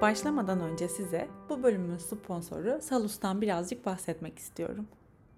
Başlamadan önce size bu bölümün sponsoru Salus'tan birazcık bahsetmek istiyorum.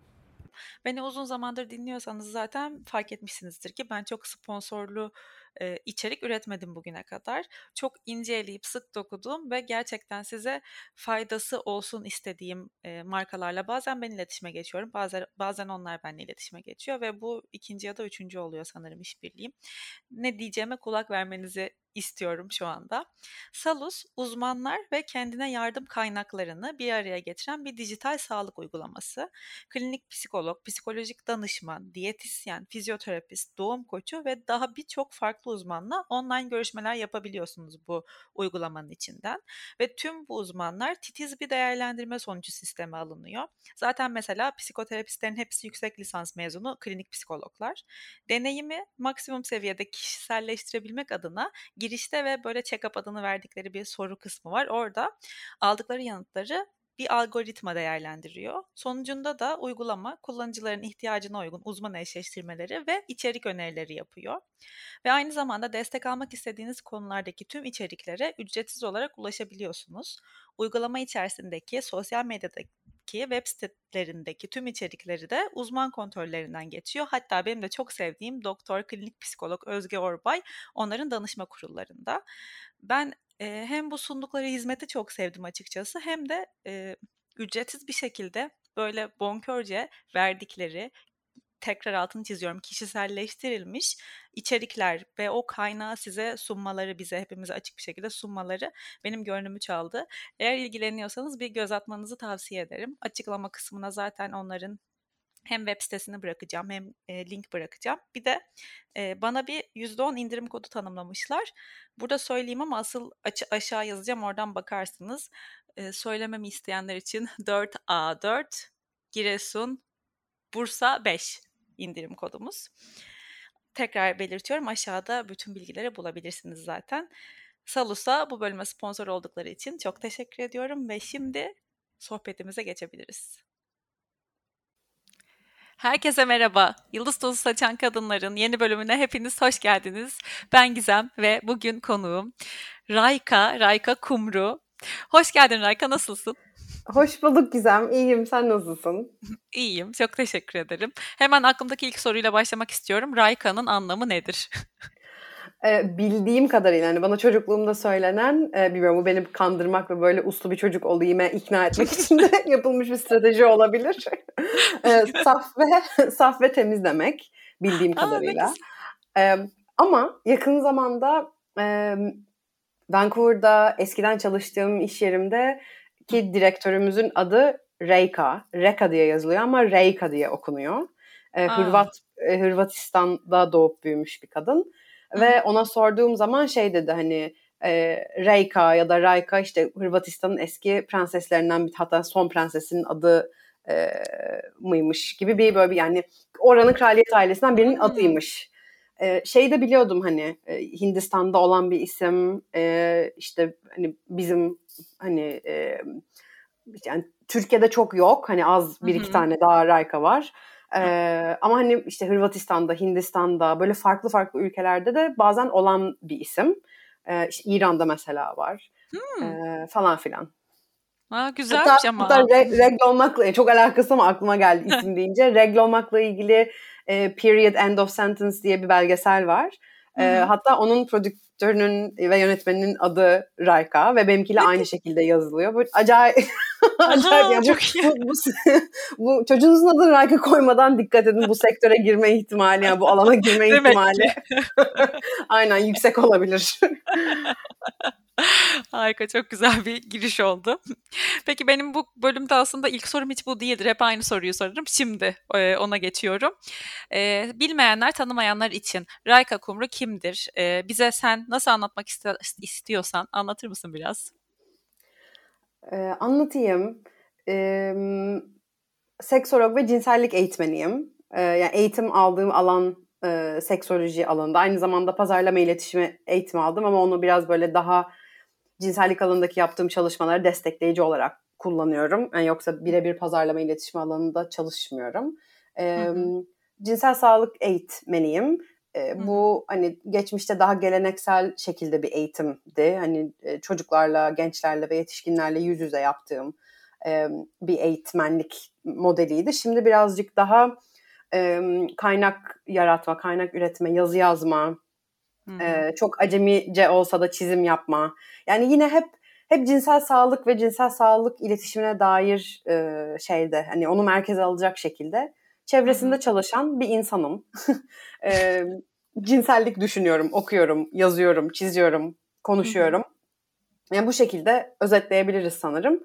Beni uzun zamandır dinliyorsanız zaten fark etmişsinizdir ki ben çok sponsorlu içerik üretmedim bugüne kadar. Çok inceleyip sık dokudum ve gerçekten size faydası olsun istediğim markalarla bazen ben iletişime geçiyorum, bazen onlar benimle iletişime geçiyor ve bu ikinci ya da üçüncü oluyor sanırım işbirliğim. Ne diyeceğime kulak vermenizi istiyorum şu anda. Salus, uzmanlar ve kendine yardım kaynaklarını bir araya getiren bir dijital sağlık uygulaması. Klinik psikolog, psikolojik danışman, diyetisyen, fizyoterapist, doğum koçu ve daha birçok farklı uzmanla online görüşmeler yapabiliyorsunuz bu uygulamanın içinden. Ve tüm bu uzmanlar titiz bir değerlendirme sonucu sisteme alınıyor. Zaten mesela psikoterapistlerin hepsi yüksek lisans mezunu klinik psikologlar. Deneyimi maksimum seviyede kişiselleştirebilmek adına girişte ve böyle check-up adını verdikleri bir soru kısmı var. Orada aldıkları yanıtları bir algoritma değerlendiriyor. Sonucunda da uygulama kullanıcıların ihtiyacına uygun uzman eşleştirmeleri ve içerik önerileri yapıyor. Ve aynı zamanda destek almak istediğiniz konulardaki tüm içeriklere ücretsiz olarak ulaşabiliyorsunuz. Uygulama içerisindeki sosyal medyadaki web sitelerindeki tüm içerikleri de uzman kontrollerinden geçiyor. Hatta benim de çok sevdiğim doktor, klinik psikolog Özge Orbay onların danışma kurullarında. Ben hem bu sundukları hizmeti çok sevdim açıkçası hem de ücretsiz bir şekilde böyle bonkörce verdikleri, tekrar altını çiziyorum, kişiselleştirilmiş içerikler ve o kaynağı size sunmaları, bize hepimize açık bir şekilde sunmaları benim gönlümü çaldı. Eğer ilgileniyorsanız bir göz atmanızı tavsiye ederim. Açıklama kısmına zaten onların hem web sitesini bırakacağım hem link bırakacağım. Bir de bana bir %10 indirim kodu tanımlamışlar. Burada söyleyeyim ama asıl aşağı yazacağım, oradan bakarsınız. Söylememi isteyenler için 4A4 Giresun Bursa 5 indirim kodumuz. Tekrar belirtiyorum, aşağıda bütün bilgileri bulabilirsiniz zaten. Salus'a bu bölüme sponsor oldukları için çok teşekkür ediyorum ve şimdi sohbetimize geçebiliriz. Herkese merhaba. Yıldız Tozu Saçan Kadınların yeni bölümüne hepiniz hoş geldiniz. Ben Gizem ve bugün konuğum Rayka Kumru. Hoş geldin Rayka, nasılsın? Hoş bulduk Gizem. İyiyim. Sen nasılsın? İyiyim. Çok teşekkür ederim. Hemen aklımdaki ilk soruyla başlamak istiyorum. Rayka'nın anlamı nedir? Bildiğim kadarıyla hani bana çocukluğumda söylenen, bilmiyorum, bu beni kandırmak ve böyle uslu bir çocuk olayım ikna etmek için de yapılmış bir strateji olabilir. Saf ve temiz demek bildiğim kadarıyla. Ama yakın zamanda Vancouver'da eskiden çalıştığım iş yerimde ki direktörümüzün adı Reka diye yazılıyor ama Reyka diye okunuyor. Hırvatistan'da doğup büyümüş bir kadın. Ve ona sorduğum zaman şey dedi, hani Reyka ya da Rayka işte Hırvatistan'ın eski prenseslerinden bir, hatta son prensesinin adı mıymış gibi bir böyle bir, yani oranın kraliyet ailesinden birinin adıymış. Şey de biliyordum, hani Hindistan'da olan bir isim, işte hani bizim hani yani Türkiye'de çok yok, hani az bir iki tane daha Rayka var. Ama hani işte Hırvatistan'da, Hindistan'da, böyle farklı ülkelerde de bazen olan bir isim. İşte İran'da mesela var. Falan filan. Güzelmiş hatta regl olmakla çok alakası ama aklıma geldi isim deyince. Regl olmakla ilgili Period End of Sentence diye bir belgesel var. Hatta onun prodüktörünün ve yönetmeninin adı Rayka ve benimkiyle aynı şekilde yazılıyor. Böyle acayip yani bu çocuğunuzun adını Rayka koymadan dikkat edin, bu sektöre girme ihtimali, yani bu alana girme ihtimali aynen yüksek olabilir. Harika, çok güzel bir giriş oldu. Peki benim bu bölümde aslında ilk sorum hiç bu değildir. Hep aynı soruyu sorarım. Şimdi ona geçiyorum. Bilmeyenler, tanımayanlar için Rayka Kumru kimdir? Bize sen nasıl anlatmak istiyorsan anlatır mısın biraz? Anlatayım. Seksolog ve cinsellik eğitmeniyim. Yani eğitim aldığım alan seksoloji alanında. Aynı zamanda pazarlama iletişimi eğitimi aldım ama onu biraz böyle daha cinsellik alanındaki yaptığım çalışmaları destekleyici olarak kullanıyorum. Yani yoksa birebir pazarlama iletişimi alanında çalışmıyorum. Cinsel sağlık eğitmeniyim. Bu hani geçmişte daha geleneksel şekilde bir eğitimdi. Hani çocuklarla, gençlerle ve yetişkinlerle yüz yüze yaptığım bir eğitmenlik modeliydi. Şimdi birazcık daha kaynak yaratma, kaynak üretme, yazı yazma, çok acemice olsa da çizim yapma. Yani yine hep cinsel sağlık ve cinsel sağlık iletişimine dair şeyde, hani onu merkeze alacak şekilde çevresinde çalışan bir insanım. Cinsellik düşünüyorum, okuyorum, yazıyorum, çiziyorum, konuşuyorum. Yani bu şekilde özetleyebiliriz sanırım.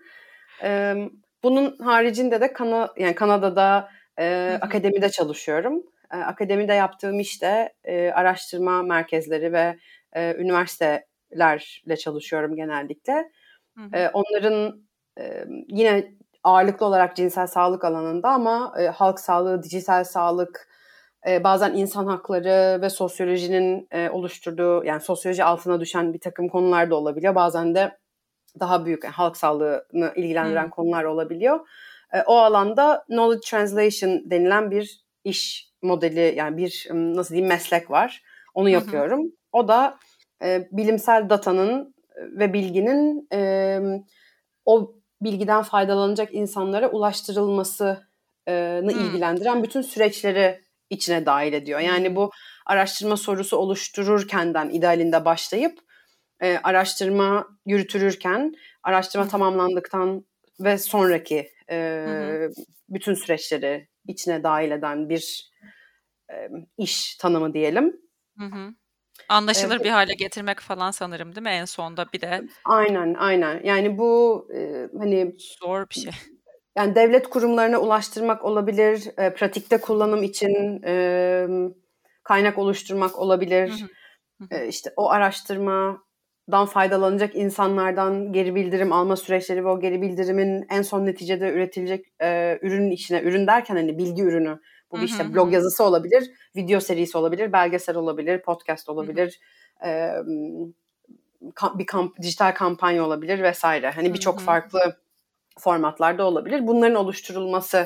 Bunun haricinde de yani Kanada'da akademide çalışıyorum. Akademide yaptığım işte araştırma merkezleri ve üniversitelerle çalışıyorum genellikle. Onların yine ağırlıklı olarak cinsel sağlık alanında ama halk sağlığı, dijital sağlık, bazen insan hakları ve sosyolojinin oluşturduğu, yani sosyoloji altına düşen bir takım konular da olabiliyor. Bazen de daha büyük halk sağlığını ilgilendiren konular olabiliyor. O alanda knowledge translation denilen bir iş modeli, yani bir nasıl diyeyim meslek var. Onu yapıyorum. O da bilimsel datanın ve bilginin o bilgiden faydalanacak insanlara ulaştırılmasını ilgilendiren bütün süreçleri içine dahil ediyor. Yani bu araştırma sorusu oluştururkenden idealinde başlayıp araştırma yürütülürken, araştırma tamamlandıktan ve sonraki bütün süreçleri içine dahil eden bir iş tanımı diyelim. Anlaşılır bir hale getirmek falan sanırım, değil mi en sonda bir de? Aynen. Yani bu hani zor bir şey. Yani devlet kurumlarına ulaştırmak olabilir, pratikte kullanım için kaynak oluşturmak olabilir. İşte o araştırmadan faydalanacak insanlardan geri bildirim alma süreçleri ve o geri bildirimin en son neticede üretilecek ürünün içine, ürün derken hani bilgi ürünü, bu bir işte blog yazısı olabilir, video serisi olabilir, belgesel olabilir, podcast olabilir, bir dijital kampanya olabilir vesaire. Hani birçok farklı formatlarda olabilir. Bunların oluşturulmasını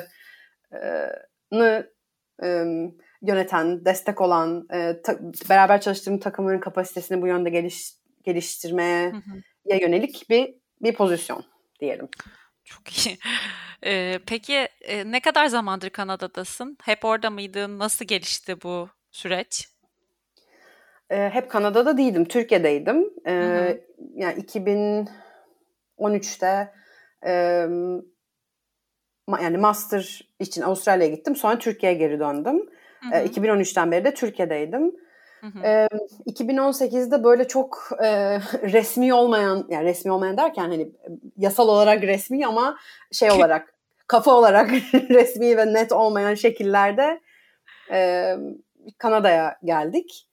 yöneten, destek olan, beraber çalıştığım takımların kapasitesini bu yönde geliştirmeye yönelik bir pozisyon diyelim. Çok iyi. Peki ne kadar zamandır Kanada'dasın? Hep orada mıydın? Nasıl gelişti bu süreç? Hep Kanada'da değildim, Türkiye'deydim. Yani 2013'te yani master için Avustralya'ya gittim. Sonra Türkiye'ye geri döndüm. 2013'ten beri de Türkiye'deydim. 2018'de böyle çok resmi olmayan, yani resmi olmayan derken hani yasal olarak resmi ama şey olarak kafa olarak resmi ve net olmayan şekillerde Kanada'ya geldik.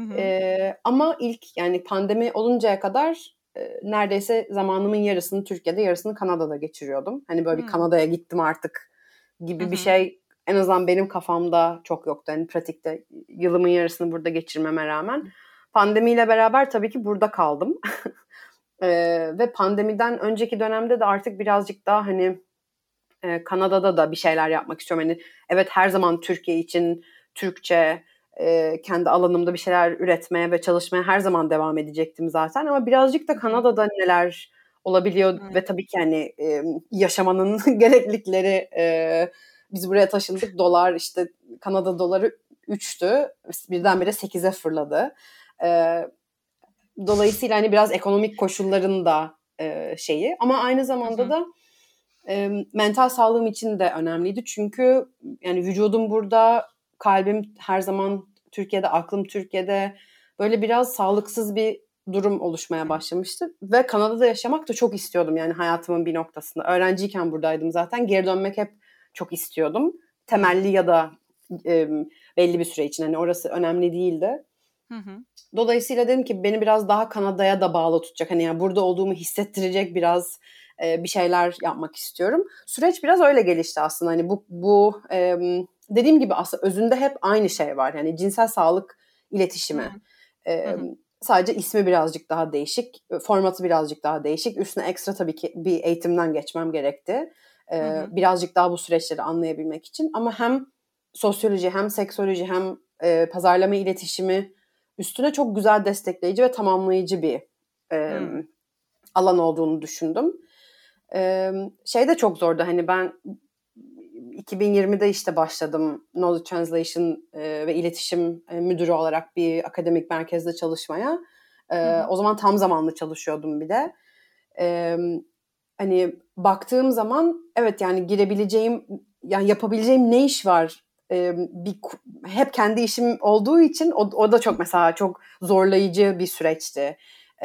Ama ilk, yani pandemi oluncaya kadar neredeyse zamanımın yarısını Türkiye'de, yarısını Kanada'da geçiriyordum. Hani böyle bir Kanada'ya gittim artık gibi bir şey en azından benim kafamda çok yoktu. Hani pratikte yılımın yarısını burada geçirmeme rağmen. Pandemiyle beraber tabii ki burada kaldım. Ve pandemiden önceki dönemde de artık birazcık daha hani Kanada'da da bir şeyler yapmak istiyorum. Hani evet, her zaman Türkiye için Türkçe, kendi alanımda bir şeyler üretmeye ve çalışmaya her zaman devam edecektim zaten. Ama birazcık da Kanada'da neler olabiliyor ve tabii ki hani yaşamanın gereklilikleri, biz buraya taşındık, dolar işte Kanada doları 3'tü, birdenbire 8'e fırladı. Dolayısıyla hani biraz ekonomik koşulların da şeyi, ama aynı zamanda da mental sağlığım için de önemliydi. Çünkü yani vücudum burada, kalbim her zaman Türkiye'de, aklım Türkiye'de. Böyle biraz sağlıksız bir durum oluşmaya başlamıştı. Ve Kanada'da yaşamak da çok istiyordum yani hayatımın bir noktasında. Öğrenciyken buradaydım zaten. Geri dönmek hep çok istiyordum. Temelli ya da belli bir süre için. Hani orası önemli değildi. Dolayısıyla dedim ki beni biraz daha Kanada'ya da bağlı tutacak. Hani yani burada olduğumu hissettirecek biraz bir şeyler yapmak istiyorum. Süreç biraz öyle gelişti aslında. Hani bu dediğim gibi aslında özünde hep aynı şey var. Yani cinsel sağlık iletişimi. Sadece ismi birazcık daha değişik, formatı birazcık daha değişik. Üstüne ekstra tabii ki bir eğitimden geçmem gerekti. Birazcık daha bu süreçleri anlayabilmek için. Ama hem sosyoloji, hem seksoloji, hem pazarlama iletişimi üstüne çok güzel destekleyici ve tamamlayıcı bir alan olduğunu düşündüm. Şey de çok zordu, hani ben 2020'de işte başladım Knowledge Translation ve iletişim müdürü olarak bir akademik merkezde çalışmaya. O zaman tam zamanlı çalışıyordum bir de. Hani baktığım zaman evet, yani girebileceğim, yani yapabileceğim ne iş var? Hep kendi işim olduğu için o da çok mesela çok zorlayıcı bir süreçti.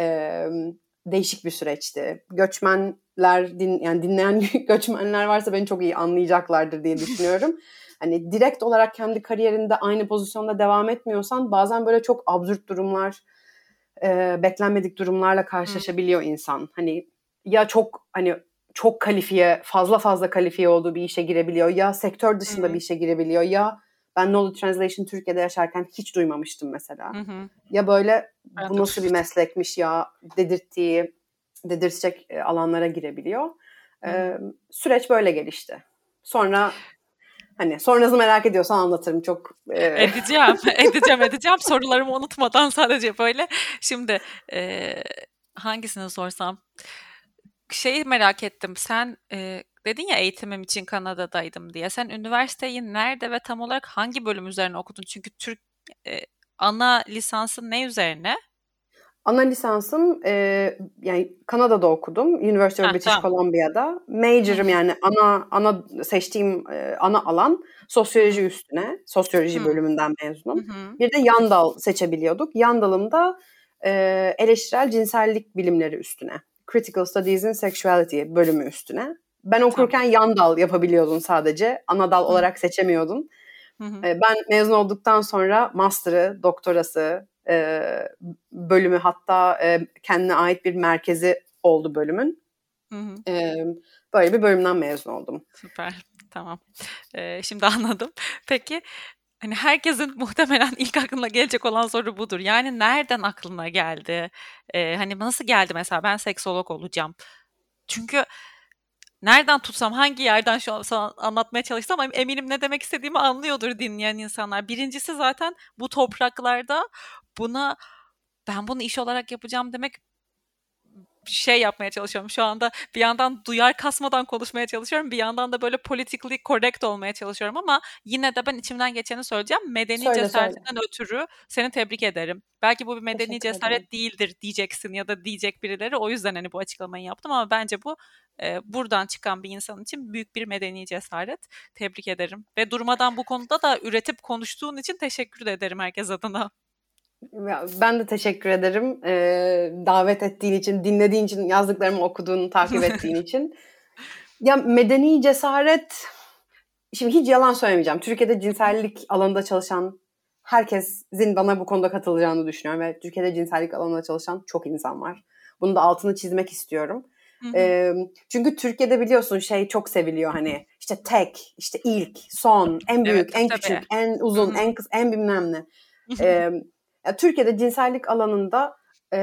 Değişik bir süreçti. Göçmenler, yani dinleyen göçmenler varsa beni çok iyi anlayacaklardır diye düşünüyorum. Hani direkt olarak kendi kariyerinde aynı pozisyonda devam etmiyorsan bazen böyle çok absürt durumlar, beklenmedik durumlarla karşılaşabiliyor insan. Hani ya çok kalifiye, fazla kalifiye olduğu bir işe girebiliyor, ya sektör dışında bir işe girebiliyor, ya ben Knowledge Translation Türkiye'de yaşarken hiç duymamıştım mesela. Ya böyle bu nasıl bir meslekmiş ya dedirtecek alanlara girebiliyor. Süreç böyle gelişti. Sonra hani sonrasını merak ediyorsan anlatırım çok. Edeceğim. Sorularımı unutmadan sadece böyle. Şimdi hangisini sorsam? Şeyi merak ettim. Sen dedin ya eğitimim için Kanada'daydım diye. Sen üniversiteyi nerede ve tam olarak hangi bölüm üzerine okudun? Çünkü ana lisansın ne üzerine? Ana lisansım yani Kanada'da okudum. University of British Columbia'da. Major'ım yani ana seçtiğim ana alan sosyoloji üstüne. Sosyoloji bölümünden mezunum. Bir de yan dal seçebiliyorduk. Yan dalımda eleştirel cinsellik bilimleri üstüne. Critical Studies in Sexuality bölümü üstüne. Ben okurken yan dal yapabiliyordun sadece. Ana dal olarak seçemiyordun. Ben mezun olduktan sonra master'ı, doktorası, bölümü, hatta kendine ait bir merkezi oldu bölümün. Böyle bir bölümden mezun oldum. Süper, tamam. Şimdi anladım. Peki hani herkesin muhtemelen ilk aklına gelecek olan soru budur. Yani nereden aklına geldi? Hani nasıl geldi mesela ben seksolog olacağım? Çünkü nereden tutsam, hangi yerden şu an sana anlatmaya çalışsam eminim ne demek istediğimi anlıyordur dinleyen insanlar. Birincisi zaten bu topraklarda ben bunu iş olarak yapacağım demek yapmaya çalışıyorum. Şu anda bir yandan duyar kasmadan konuşmaya çalışıyorum. Bir yandan da böyle politically correct olmaya çalışıyorum ama yine de ben içimden geçeni söyleyeceğim. Medeni cesaretinden ötürü seni tebrik ederim. Belki bu bir medeni cesaret değildir diyeceksin ya da diyecek birileri. O yüzden hani bu açıklamayı yaptım ama bence bu buradan çıkan bir insan için büyük bir medeni cesaret. Tebrik ederim. Ve durmadan bu konuda da üretip konuştuğun için teşekkür ederim herkes adına. Ben de teşekkür ederim. Davet ettiğin için, dinlediğin için, yazdıklarımı okuduğun, takip ettiğin için. Ya medeni cesaret, şimdi hiç yalan söylemeyeceğim. Türkiye'de cinsellik alanında çalışan herkesin bana bu konuda katılacağını düşünüyorum. Ve Türkiye'de cinsellik alanında çalışan çok insan var. Bunun da altını çizmek istiyorum. Çünkü Türkiye'de biliyorsun çok seviliyor, hani işte tek, işte ilk, son, en büyük, evet, en küçük, en uzun, en kısa, en bilmem ne. Türkiye'de cinsellik alanında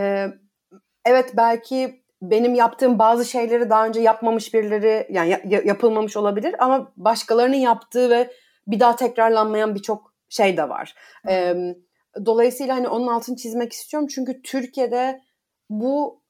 evet belki benim yaptığım bazı şeyleri daha önce yapmamış birileri, yani yapılmamış olabilir ama başkalarının yaptığı ve bir daha tekrarlanmayan birçok şey de var. Dolayısıyla hani onun altını çizmek istiyorum çünkü Türkiye'de bu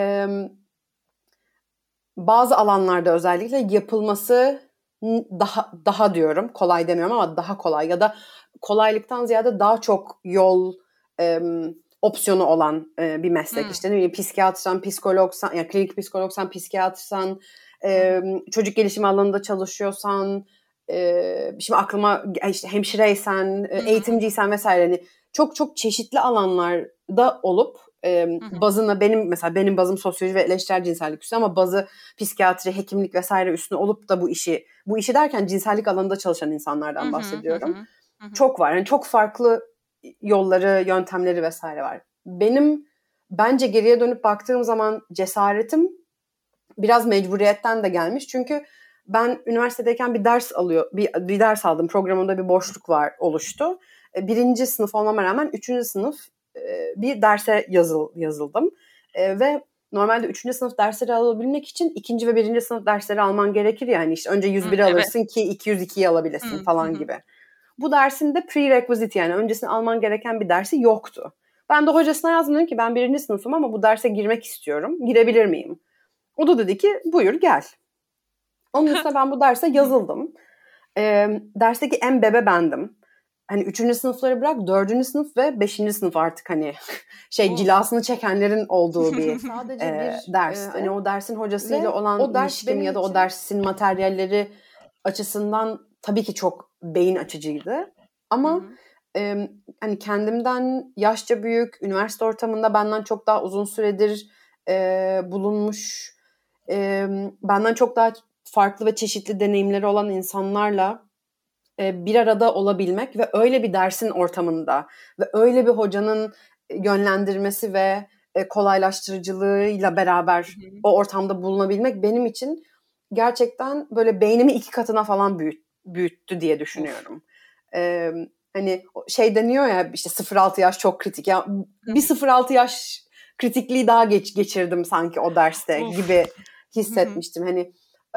bazı alanlarda özellikle yapılması daha diyorum, kolay demiyorum ama daha kolay ya da kolaylıktan ziyade daha çok yol opsiyonu olan bir meslek. İşte ne bileyim, psikiyatrsan, psikologsan, yani klinik psikologsan, psikiyatrsan, çocuk gelişimi alanında çalışıyorsan, şimdi aklıma işte hemşireysen, eğitimciysen vesaire, hani çok çok çeşitli alanlarda olup bazına benim bazım sosyoloji ve eleştirel cinsellik üstüne ama bazı psikiyatri, hekimlik vesaire üstüne olup da bu işi derken cinsellik alanında çalışan insanlardan bahsediyorum. Çok var. Yani çok farklı yolları, yöntemleri vesaire var. Benim bence geriye dönüp baktığım zaman cesaretim biraz mecburiyetten de gelmiş. Çünkü ben üniversitedeyken bir ders aldım. Programımda bir boşluk oluştu. 1. sınıf olmama rağmen 3. sınıf bir derse yazıldım. Ve normalde 3. sınıf dersleri alabilmek için 2. ve 1. sınıf dersleri alman gerekir yani. İşte önce 101'i alırsın ki 202'yi alabilesin falan gibi. bu dersin de prerequisite, yani öncesinde alman gereken bir dersi yoktu. Ben de hocasına yazdım, dedim ki ben 1. sınıfım ama bu derse girmek istiyorum. Girebilir miyim? O da dedi ki buyur gel. Onun üstüne ben bu derse yazıldım. Dersteki en bebe bendim. Hani 3. sınıfları bırak, 4. sınıf ve 5. sınıf artık hani cilasını çekenlerin olduğu bir dersti. Hani o dersin hocasıyla olan ilişkim ya da o dersin materyalleri açısından tabii ki çok beyin açıcıydı. Ama hani kendimden yaşça büyük, üniversite ortamında benden çok daha uzun süredir bulunmuş, benden çok daha farklı ve çeşitli deneyimleri olan insanlarla bir arada olabilmek ve öyle bir dersin ortamında ve öyle bir hocanın yönlendirmesi ve kolaylaştırıcılığıyla beraber o ortamda bulunabilmek benim için gerçekten böyle beynimi 2 katına falan büyüttü diye düşünüyorum. Hani şey deniyor ya işte 0-6 yaş çok kritik. Ya bir 0-6 yaş kritikliği daha geçirdim sanki o derste gibi hissetmiştim. Hani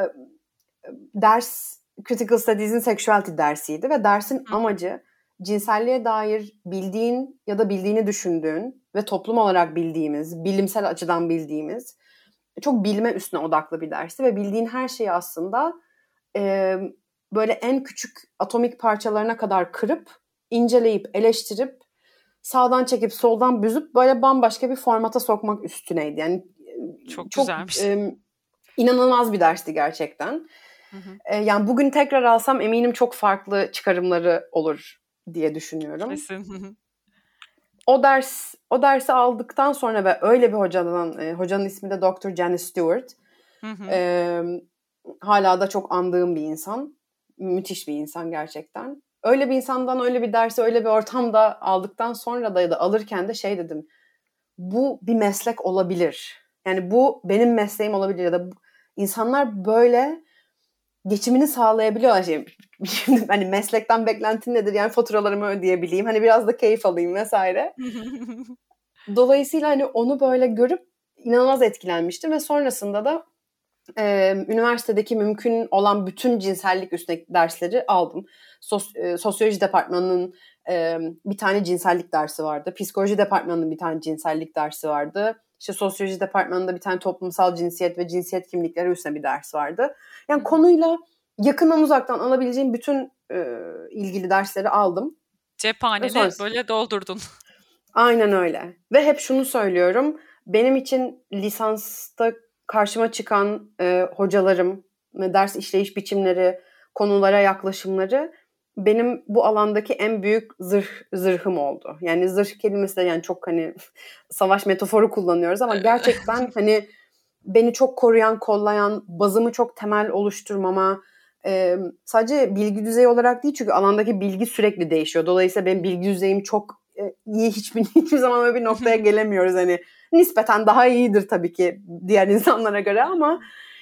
ders Critical Studies'in Sexuality dersiydi ve dersin amacı cinselliğe dair bildiğin ya da bildiğini düşündüğün ve toplum olarak bildiğimiz, bilimsel açıdan bildiğimiz çok bilme üstüne odaklı bir dersi ve bildiğin her şeyi aslında böyle en küçük atomik parçalarına kadar kırıp, inceleyip, eleştirip, sağdan çekip soldan büzüp böyle bambaşka bir formata sokmak üstüneydi. Yani çok güzelmiş. İnanılmaz bir dersti gerçekten. Yani bugün tekrar alsam eminim çok farklı çıkarımları olur diye düşünüyorum. Kesin. O dersi aldıktan sonra ve öyle bir hocanın ismi de Dr. Janice Stewart. Hala da çok andığım bir insan. Müthiş bir insan gerçekten. Öyle bir insandan öyle bir dersi öyle bir ortamda aldıktan sonra da ya da alırken de şey dedim. Bu bir meslek olabilir. Yani bu benim mesleğim olabilir ya da insanlar böyle geçimini sağlayabiliyorlar. Şimdi hani meslekten beklentin nedir? Yani faturalarımı ödeyebileyim. Hani biraz da keyif alayım vesaire. Dolayısıyla hani onu böyle görüp inanılmaz etkilenmiştim ve sonrasında da üniversitedeki mümkün olan bütün cinsellik üstüne dersleri aldım. Sosyoloji departmanının bir tane cinsellik dersi vardı. Psikoloji departmanının bir tane cinsellik dersi vardı. İşte sosyoloji departmanında bir tane toplumsal cinsiyet ve cinsiyet kimlikleri üstüne bir ders vardı. Yani konuyla yakından uzaktan alabileceğim bütün ilgili dersleri aldım. Cephaneni böyle doldurdun. Aynen öyle. Ve hep şunu söylüyorum. Benim için lisansta karşıma çıkan hocalarım, ders işleyiş biçimleri, konulara yaklaşımları benim bu alandaki en büyük zırhım oldu. Yani zırh kelimesi de yani çok hani savaş metaforu kullanıyoruz ama gerçekten hani beni çok koruyan, kollayan, bazımı çok temel oluşturmama, sadece bilgi düzeyi olarak değil çünkü alandaki bilgi sürekli değişiyor. Dolayısıyla benim bilgi düzeyim çok iyi, hiçbir zaman öyle bir noktaya gelemiyoruz. Hani nispeten daha iyidir tabii ki diğer insanlara göre ama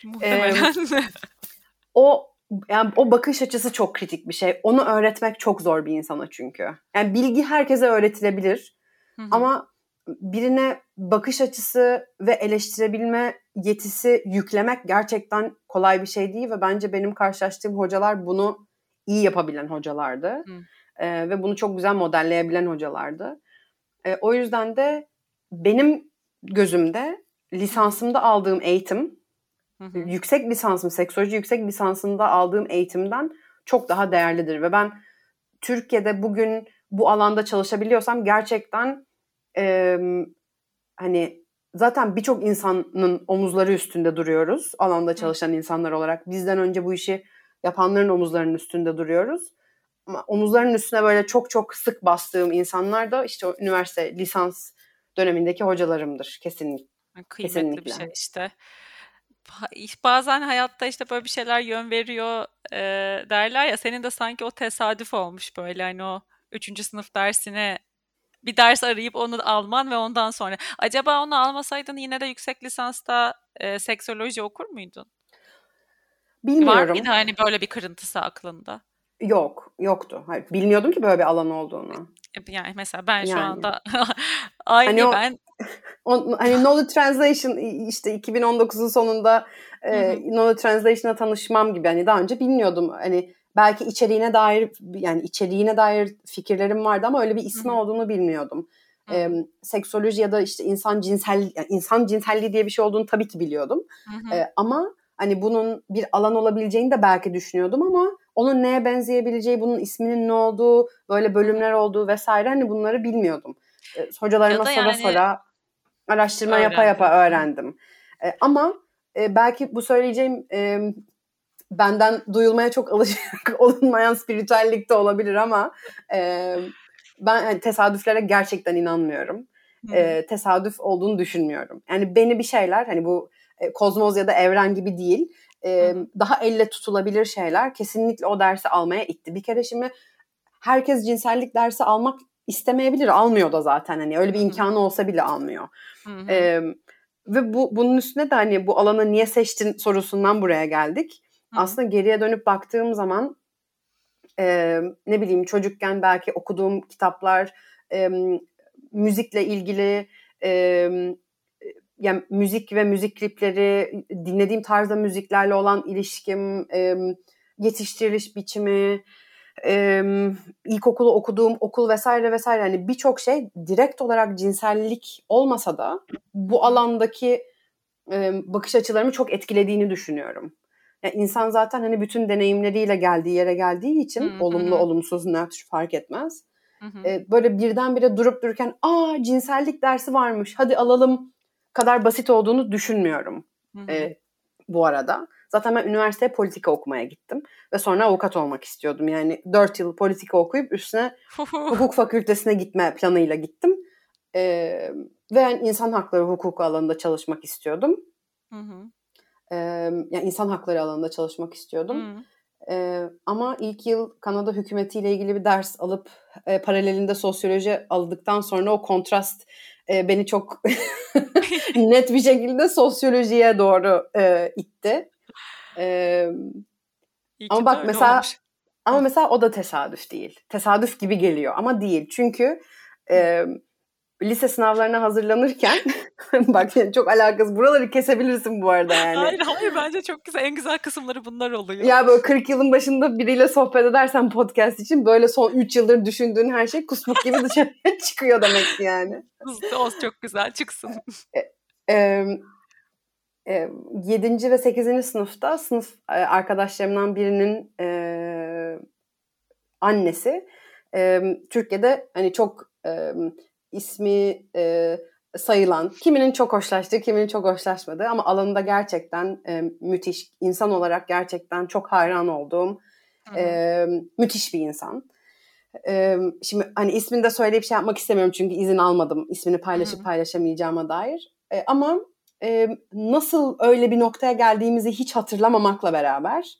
o bakış açısı çok kritik bir şey. Onu öğretmek çok zor bir insana çünkü. Yani bilgi herkese öğretilebilir. Ama birine bakış açısı ve eleştirebilme yetisi yüklemek gerçekten kolay bir şey değil ve bence benim karşılaştığım hocalar bunu iyi yapabilen hocalardı. Ve bunu çok güzel modelleyebilen hocalardı. O yüzden de benim gözümde lisansımda aldığım eğitim, yüksek lisansım, seksoloji yüksek lisansında aldığım eğitimden çok daha değerlidir. Ve ben Türkiye'de bugün bu alanda çalışabiliyorsam gerçekten hani zaten birçok insanın omuzları üstünde duruyoruz. Alanda çalışan insanlar olarak. Bizden önce bu işi yapanların omuzlarının üstünde duruyoruz. Ama omuzlarının üstüne böyle çok çok sık bastığım insanlar da işte o üniversite lisans dönemindeki hocalarımdır kesinlikle. Kıymetli bir şey işte. Bazen hayatta işte böyle bir şeyler yön veriyor derler ya, senin de sanki o tesadüf olmuş böyle hani o 3. sınıf dersine bir ders arayıp onu alman ve ondan sonra. Acaba onu almasaydın yine de yüksek lisansta seksoloji okur muydun? Bilmiyorum. Var mıydı hani böyle bir kırıntısı aklında? Yoktu. Hayır, bilmiyordum ki böyle bir alan olduğunu. Yani mesela ben şu anda aynı hani ben. Hani Knowledge Translation işte 2019'un sonunda Knowledge Translation'a tanışmam gibi. Hani daha önce bilmiyordum. Hani belki içeriğine dair fikirlerim vardı ama öyle bir ismi olduğunu bilmiyordum. Seksoloji ya da işte insan cinselliği diye bir şey olduğunu tabii ki biliyordum. Ama hani bunun bir alan olabileceğini de belki düşünüyordum ama onun neye benzeyebileceği, bunun isminin ne olduğu, böyle bölümler olduğu vesaire hani bunları bilmiyordum. Hocalarıma sonra araştırma yapa öğrendim. Ama belki bu söyleyeceğim benden duyulmaya çok alışık olunmayan spiritüellik de olabilir ama ben yani tesadüflere gerçekten inanmıyorum. Tesadüf olduğunu düşünmüyorum. Yani beni bir şeyler hani bu kozmoz ya da evren gibi değil daha elle tutulabilir şeyler kesinlikle o dersi almaya itti. Bir kere şimdi herkes cinsellik dersi almak istemeyebilir. Almıyor da zaten. Hani öyle bir imkanı olsa bile almıyor. Ve bunun üstüne de hani bu alanı niye seçtin sorusundan buraya geldik. Aslında geriye dönüp baktığım zaman ne bileyim çocukken belki okuduğum kitaplar, müzikle ilgili yani müzik ve müzik klipleri, dinlediğim tarzda müziklerle olan ilişkim, yetiştiriliş biçimi, ilkokulu okuduğum okul vesaire vesaire hani birçok şey direkt olarak cinsellik olmasa da bu alandaki bakış açılarımı çok etkilediğini düşünüyorum. Yani insan zaten hani bütün deneyimleriyle geldiği yere geldiği için olumlu olumsuz nötr fark etmez. Böyle birdenbire durup dururken cinsellik dersi varmış hadi alalım kadar basit olduğunu düşünmüyorum bu arada. Zaten ben üniversiteye politika okumaya gittim ve sonra avukat olmak istiyordum. Yani 4 yıl politika okuyup üstüne hukuk fakültesine gitme planıyla gittim. Ve yani insan hakları hukuku alanında çalışmak istiyordum. Yani insan hakları alanında çalışmak istiyordum. Ama ilk yıl Kanada hükümetiyle ilgili bir ders alıp paralelinde sosyoloji aldıktan sonra o kontrast beni çok net bir şekilde sosyolojiye doğru itti. Ama bak mesela ama mesela o da tesadüf değil. Tesadüf gibi geliyor ama değil. Çünkü lise sınavlarına hazırlanırken bak yani çok alakası. Buraları kesebilirsin bu arada yani. Hayır bence çok güzel. En güzel kısımları bunlar oluyor. Ya böyle 40 yılın başında biriyle sohbet edersen podcast için böyle son 3 yıldır düşündüğün her şey kusmuk gibi dışarıya çıkıyor demek ki yani. Olsun çok güzel çıksın. 7. ve 8. sınıfta sınıf arkadaşlarımdan birinin annesi Türkiye'de hani çok ismi sayılan, kiminin çok hoşlaştığı, kiminin çok hoşlaşmadığı ama alanında gerçekten müthiş, insan olarak gerçekten çok hayran olduğum müthiş bir insan. Şimdi hani ismini de söyleyip şey yapmak istemiyorum çünkü izin almadım ismini paylaşıp paylaşamayacağıma dair. Ama nasıl öyle bir noktaya geldiğimizi hiç hatırlamamakla beraber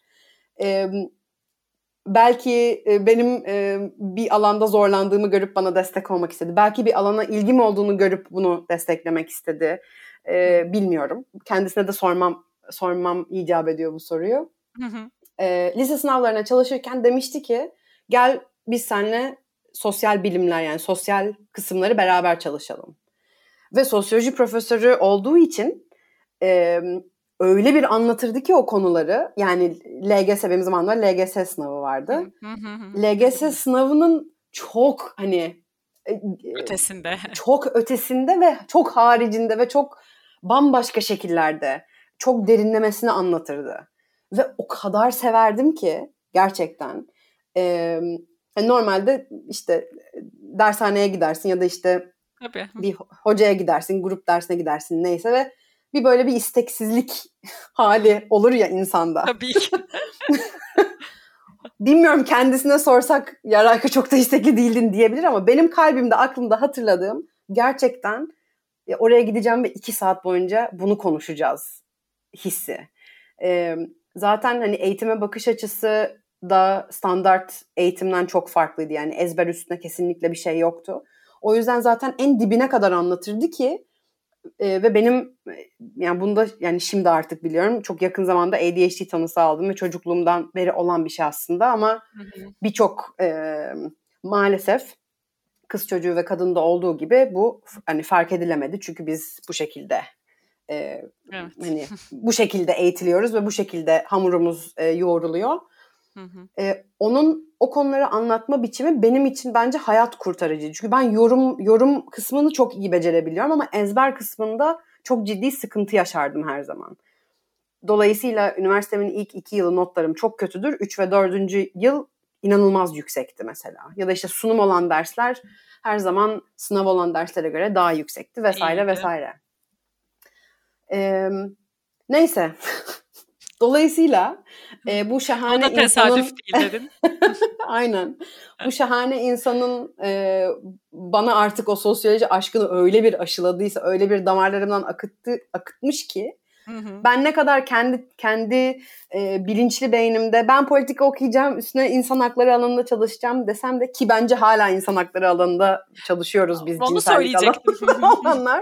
belki benim bir alanda zorlandığımı görüp bana destek olmak istedi. Belki bir alana ilgim olduğunu görüp bunu desteklemek istedi. Bilmiyorum. Kendisine de sormam icap ediyor bu soruyu. Lise sınavlarına çalışırken demişti ki gel biz seninle sosyal bilimler yani sosyal kısımları beraber çalışalım. Ve sosyoloji profesörü olduğu için öyle bir anlatırdı ki o konuları. Yani LGS benim zamanımda LGS sınavı vardı. LGS sınavının çok hani ötesinde. Çok ötesinde ve çok haricinde ve çok bambaşka şekillerde çok derinlemesine anlatırdı. Ve o kadar severdim ki gerçekten. Normalde işte dershaneye gidersin ya da işte bir hocaya gidersin, grup dersine gidersin neyse ve bir böyle bir isteksizlik hali olur ya insanda. Tabii ki. Bilmiyorum kendisine sorsak ya Rayka çok da istekli değildin diyebilir ama benim kalbimde, aklımda hatırladığım gerçekten oraya gideceğim ve 2 saat boyunca bunu konuşacağız hissi. Zaten hani eğitime bakış açısı da standart eğitimden çok farklıydı. Yani ezber üstüne kesinlikle bir şey yoktu. O yüzden zaten en dibine kadar anlatırdı ki ve benim yani bunda yani şimdi artık biliyorum çok yakın zamanda ADHD tanısı aldım ve çocukluğumdan beri olan bir şey aslında ama birçok maalesef kız çocuğu ve kadında olduğu gibi bu hani fark edilemedi çünkü biz bu şekilde hani bu şekilde eğitiliyoruz ve bu şekilde hamurumuz yoğruluyor. Onun o konuları anlatma biçimi benim için bence hayat kurtarıcı. Çünkü ben yorum kısmını çok iyi becerebiliyorum ama ezber kısmında çok ciddi sıkıntı yaşardım her zaman. Dolayısıyla üniversitemin ilk 2 yılı notlarım çok kötüdür. 3 ve 4. yıl inanılmaz yüksekti mesela. Ya da işte sunum olan dersler her zaman sınav olan derslere göre daha yüksekti vesaire vesaire. Neyse. Dolayısıyla bu şahane o da tesadüf değil dedin. Aynen. Bu şahane insanın bana artık o sosyoloji aşkını öyle bir aşıladıysa, öyle bir damarlarımdan akıtmış ki ben ne kadar kendi bilinçli beynimde ben politika okuyacağım, üstüne insan hakları alanında çalışacağım desem de, ki bence hala insan hakları alanında çalışıyoruz biz cinsellik alanlar.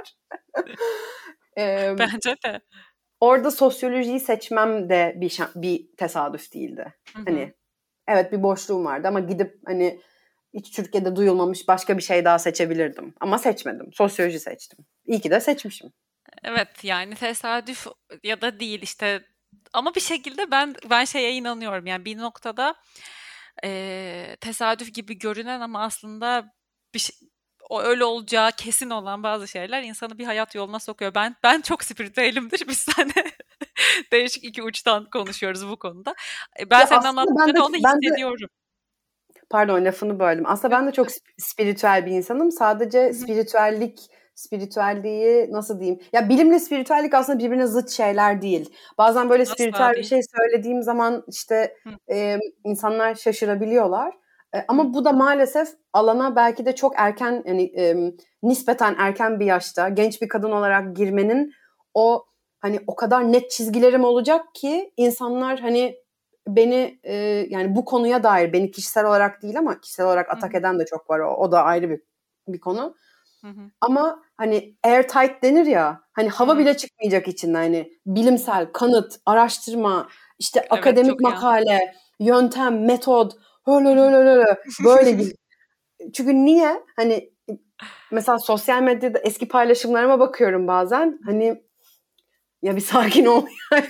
Bence de. Orada sosyolojiyi seçmem de bir tesadüf değildi. Hani evet, bir boşluğum vardı ama gidip hani hiç Türkiye'de duyulmamış başka bir şey daha seçebilirdim. Ama seçmedim. Sosyoloji seçtim. İyi ki de seçmişim. Evet, yani tesadüf ya da değil işte, ama bir şekilde ben şeye inanıyorum, yani bir noktada tesadüf gibi görünen ama aslında bir şey, o öyle olacağı kesin olan bazı şeyler insanı bir hayat yoluna sokuyor. Ben çok spiritüelimdir. Biz seninle değişik iki uçtan konuşuyoruz bu konuda. Ben senin anlattıklarını onu hissediyorum. Pardon, lafını böldüm. Aslında ben de çok spiritüel bir insanım. Sadece spiritüelliği nasıl diyeyim? Ya bilimle spiritüellik aslında birbirine zıt şeyler değil. Bazen böyle spiritüel bir şey söylediğim zaman işte insanlar şaşırabiliyorlar. Ama bu da maalesef alana belki de çok erken, yani nispeten erken bir yaşta genç bir kadın olarak girmenin o hani o kadar net çizgilerim olacak ki insanlar hani beni yani bu konuya dair beni kişisel olarak değil ama kişisel olarak atak eden de çok var. O da ayrı bir konu. Ama hani airtight denir ya, hani hava bile çıkmayacak içinden, hani bilimsel kanıt, araştırma, işte evet, akademik makale, yöntem, metot böyle bir. Çünkü niye? Hani mesela sosyal medyada eski paylaşımlarıma bakıyorum bazen, hani ya bir sakin ol.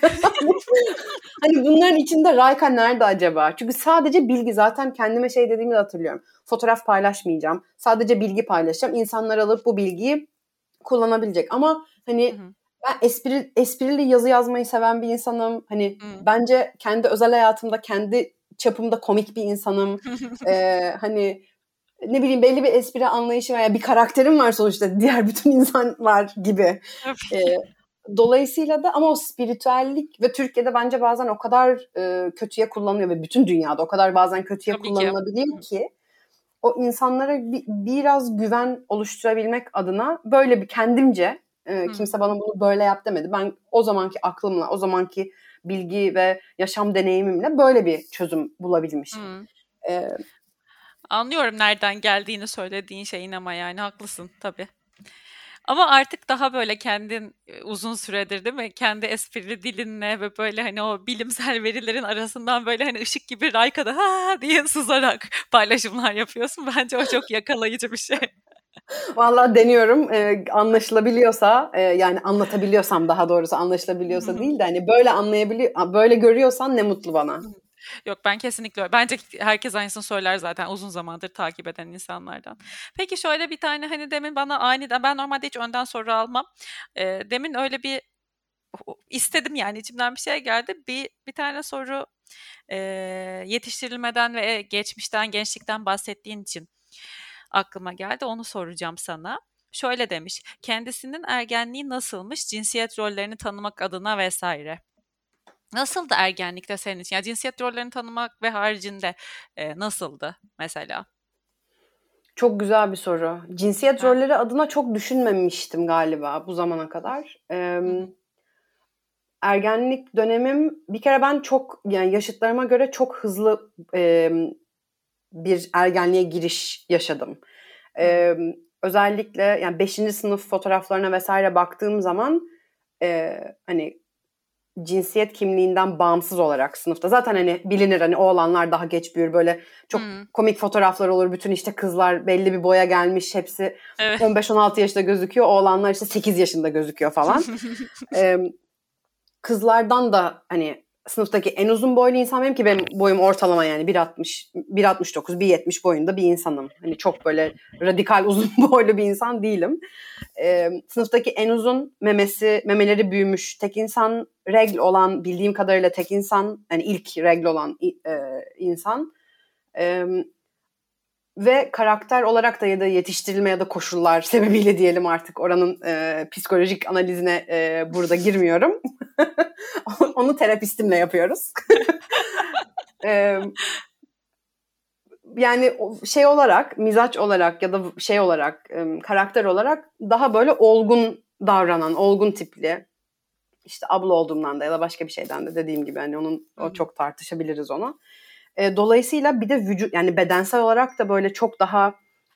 Hani bunların içinde Rayka nerede acaba? Çünkü sadece bilgi, zaten kendime şey dediğimi de hatırlıyorum. Fotoğraf paylaşmayacağım. Sadece bilgi paylaşacağım. İnsanlar alıp bu bilgiyi kullanabilecek. Ama hani ben esprili yazı yazmayı seven bir insanım. Hani bence kendi özel hayatımda, kendi çapımda komik bir insanım. Hani ne bileyim, belli bir espri anlayışı veya bir karakterim var sonuçta diğer bütün insanlar gibi. Dolayısıyla da ama o spiritüellik ve Türkiye'de bence bazen o kadar kötüye kullanılıyor ve bütün dünyada o kadar bazen kötüye kullanılabiliyor ki o insanlara biraz güven oluşturabilmek adına böyle bir kendimce kimse bana bunu böyle yap demedi. Ben o zamanki aklımla, o zamanki bilgi ve yaşam deneyimimle böyle bir çözüm bulabilmişim. Anlıyorum nereden geldiğini söylediğin şeyin, ama yani haklısın tabii. Ama artık daha böyle kendin uzun süredir değil mi? Kendi esprili dilinle ve böyle hani o bilimsel verilerin arasından böyle hani ışık gibi Rayka'da ha diye sızarak paylaşımlar yapıyorsun. Bence o çok yakalayıcı bir şey. Vallahi deniyorum. Anlaşılabiliyorsa, yani anlatabiliyorsam, daha doğrusu anlaşılabiliyorsa değil de hani böyle görüyorsan ne mutlu bana. Yok, ben kesinlikle öyle. Bence herkes aynısını söyler zaten uzun zamandır takip eden insanlardan. Peki şöyle bir tane, hani demin bana aniden, ben normalde hiç önden soru almam. Demin öyle bir istedim, yani içimden bir şey geldi. Bir tane soru yetiştirilmeden ve geçmişten, gençlikten bahsettiğin için aklıma geldi. Onu soracağım sana. Şöyle demiş: kendisinin ergenliği nasılmış, cinsiyet rollerini tanımak adına vesaire. Nasıldı ergenlikte senin için? Yani cinsiyet rollerini tanımak ve haricinde nasıldı mesela? Çok güzel bir soru. Cinsiyet rolleri adına çok düşünmemiştim galiba bu zamana kadar. Ergenlik dönemim, bir kere ben çok, yani yaşıtlarıma göre çok hızlı bir ergenliğe giriş yaşadım. Özellikle yani 5. sınıf fotoğraflarına vesaire baktığım zaman hani cinsiyet kimliğinden bağımsız olarak sınıfta zaten hani bilinir, hani oğlanlar daha geç büyür, böyle çok komik fotoğraflar olur, bütün işte kızlar belli bir boya gelmiş, hepsi 15-16 yaşında gözüküyor, oğlanlar işte 8 yaşında gözüküyor falan. Kızlardan da hani sınıftaki en uzun boylu insan benim ki benim boyum ortalama yani 1.60, 1.69, 1.70 boyunda bir insanım. Hani çok böyle radikal uzun boylu bir insan değilim. Sınıftaki en uzun memeleri büyümüş tek insan, regl olan bildiğim kadarıyla tek insan, yani ilk regl olan insan. Ve karakter olarak da ya da yetiştirilme ya da koşullar sebebiyle diyelim artık oranın psikolojik analizine burada girmiyorum. Onu terapistimle yapıyoruz. Yani şey olarak, mizaç olarak ya da şey olarak, karakter olarak daha böyle olgun davranan, olgun tipli. İşte abla olduğumdan da ya da başka bir şeyden de dediğim gibi hani o çok tartışabiliriz onu. Dolayısıyla bir de vücut, yani bedensel olarak da böyle çok daha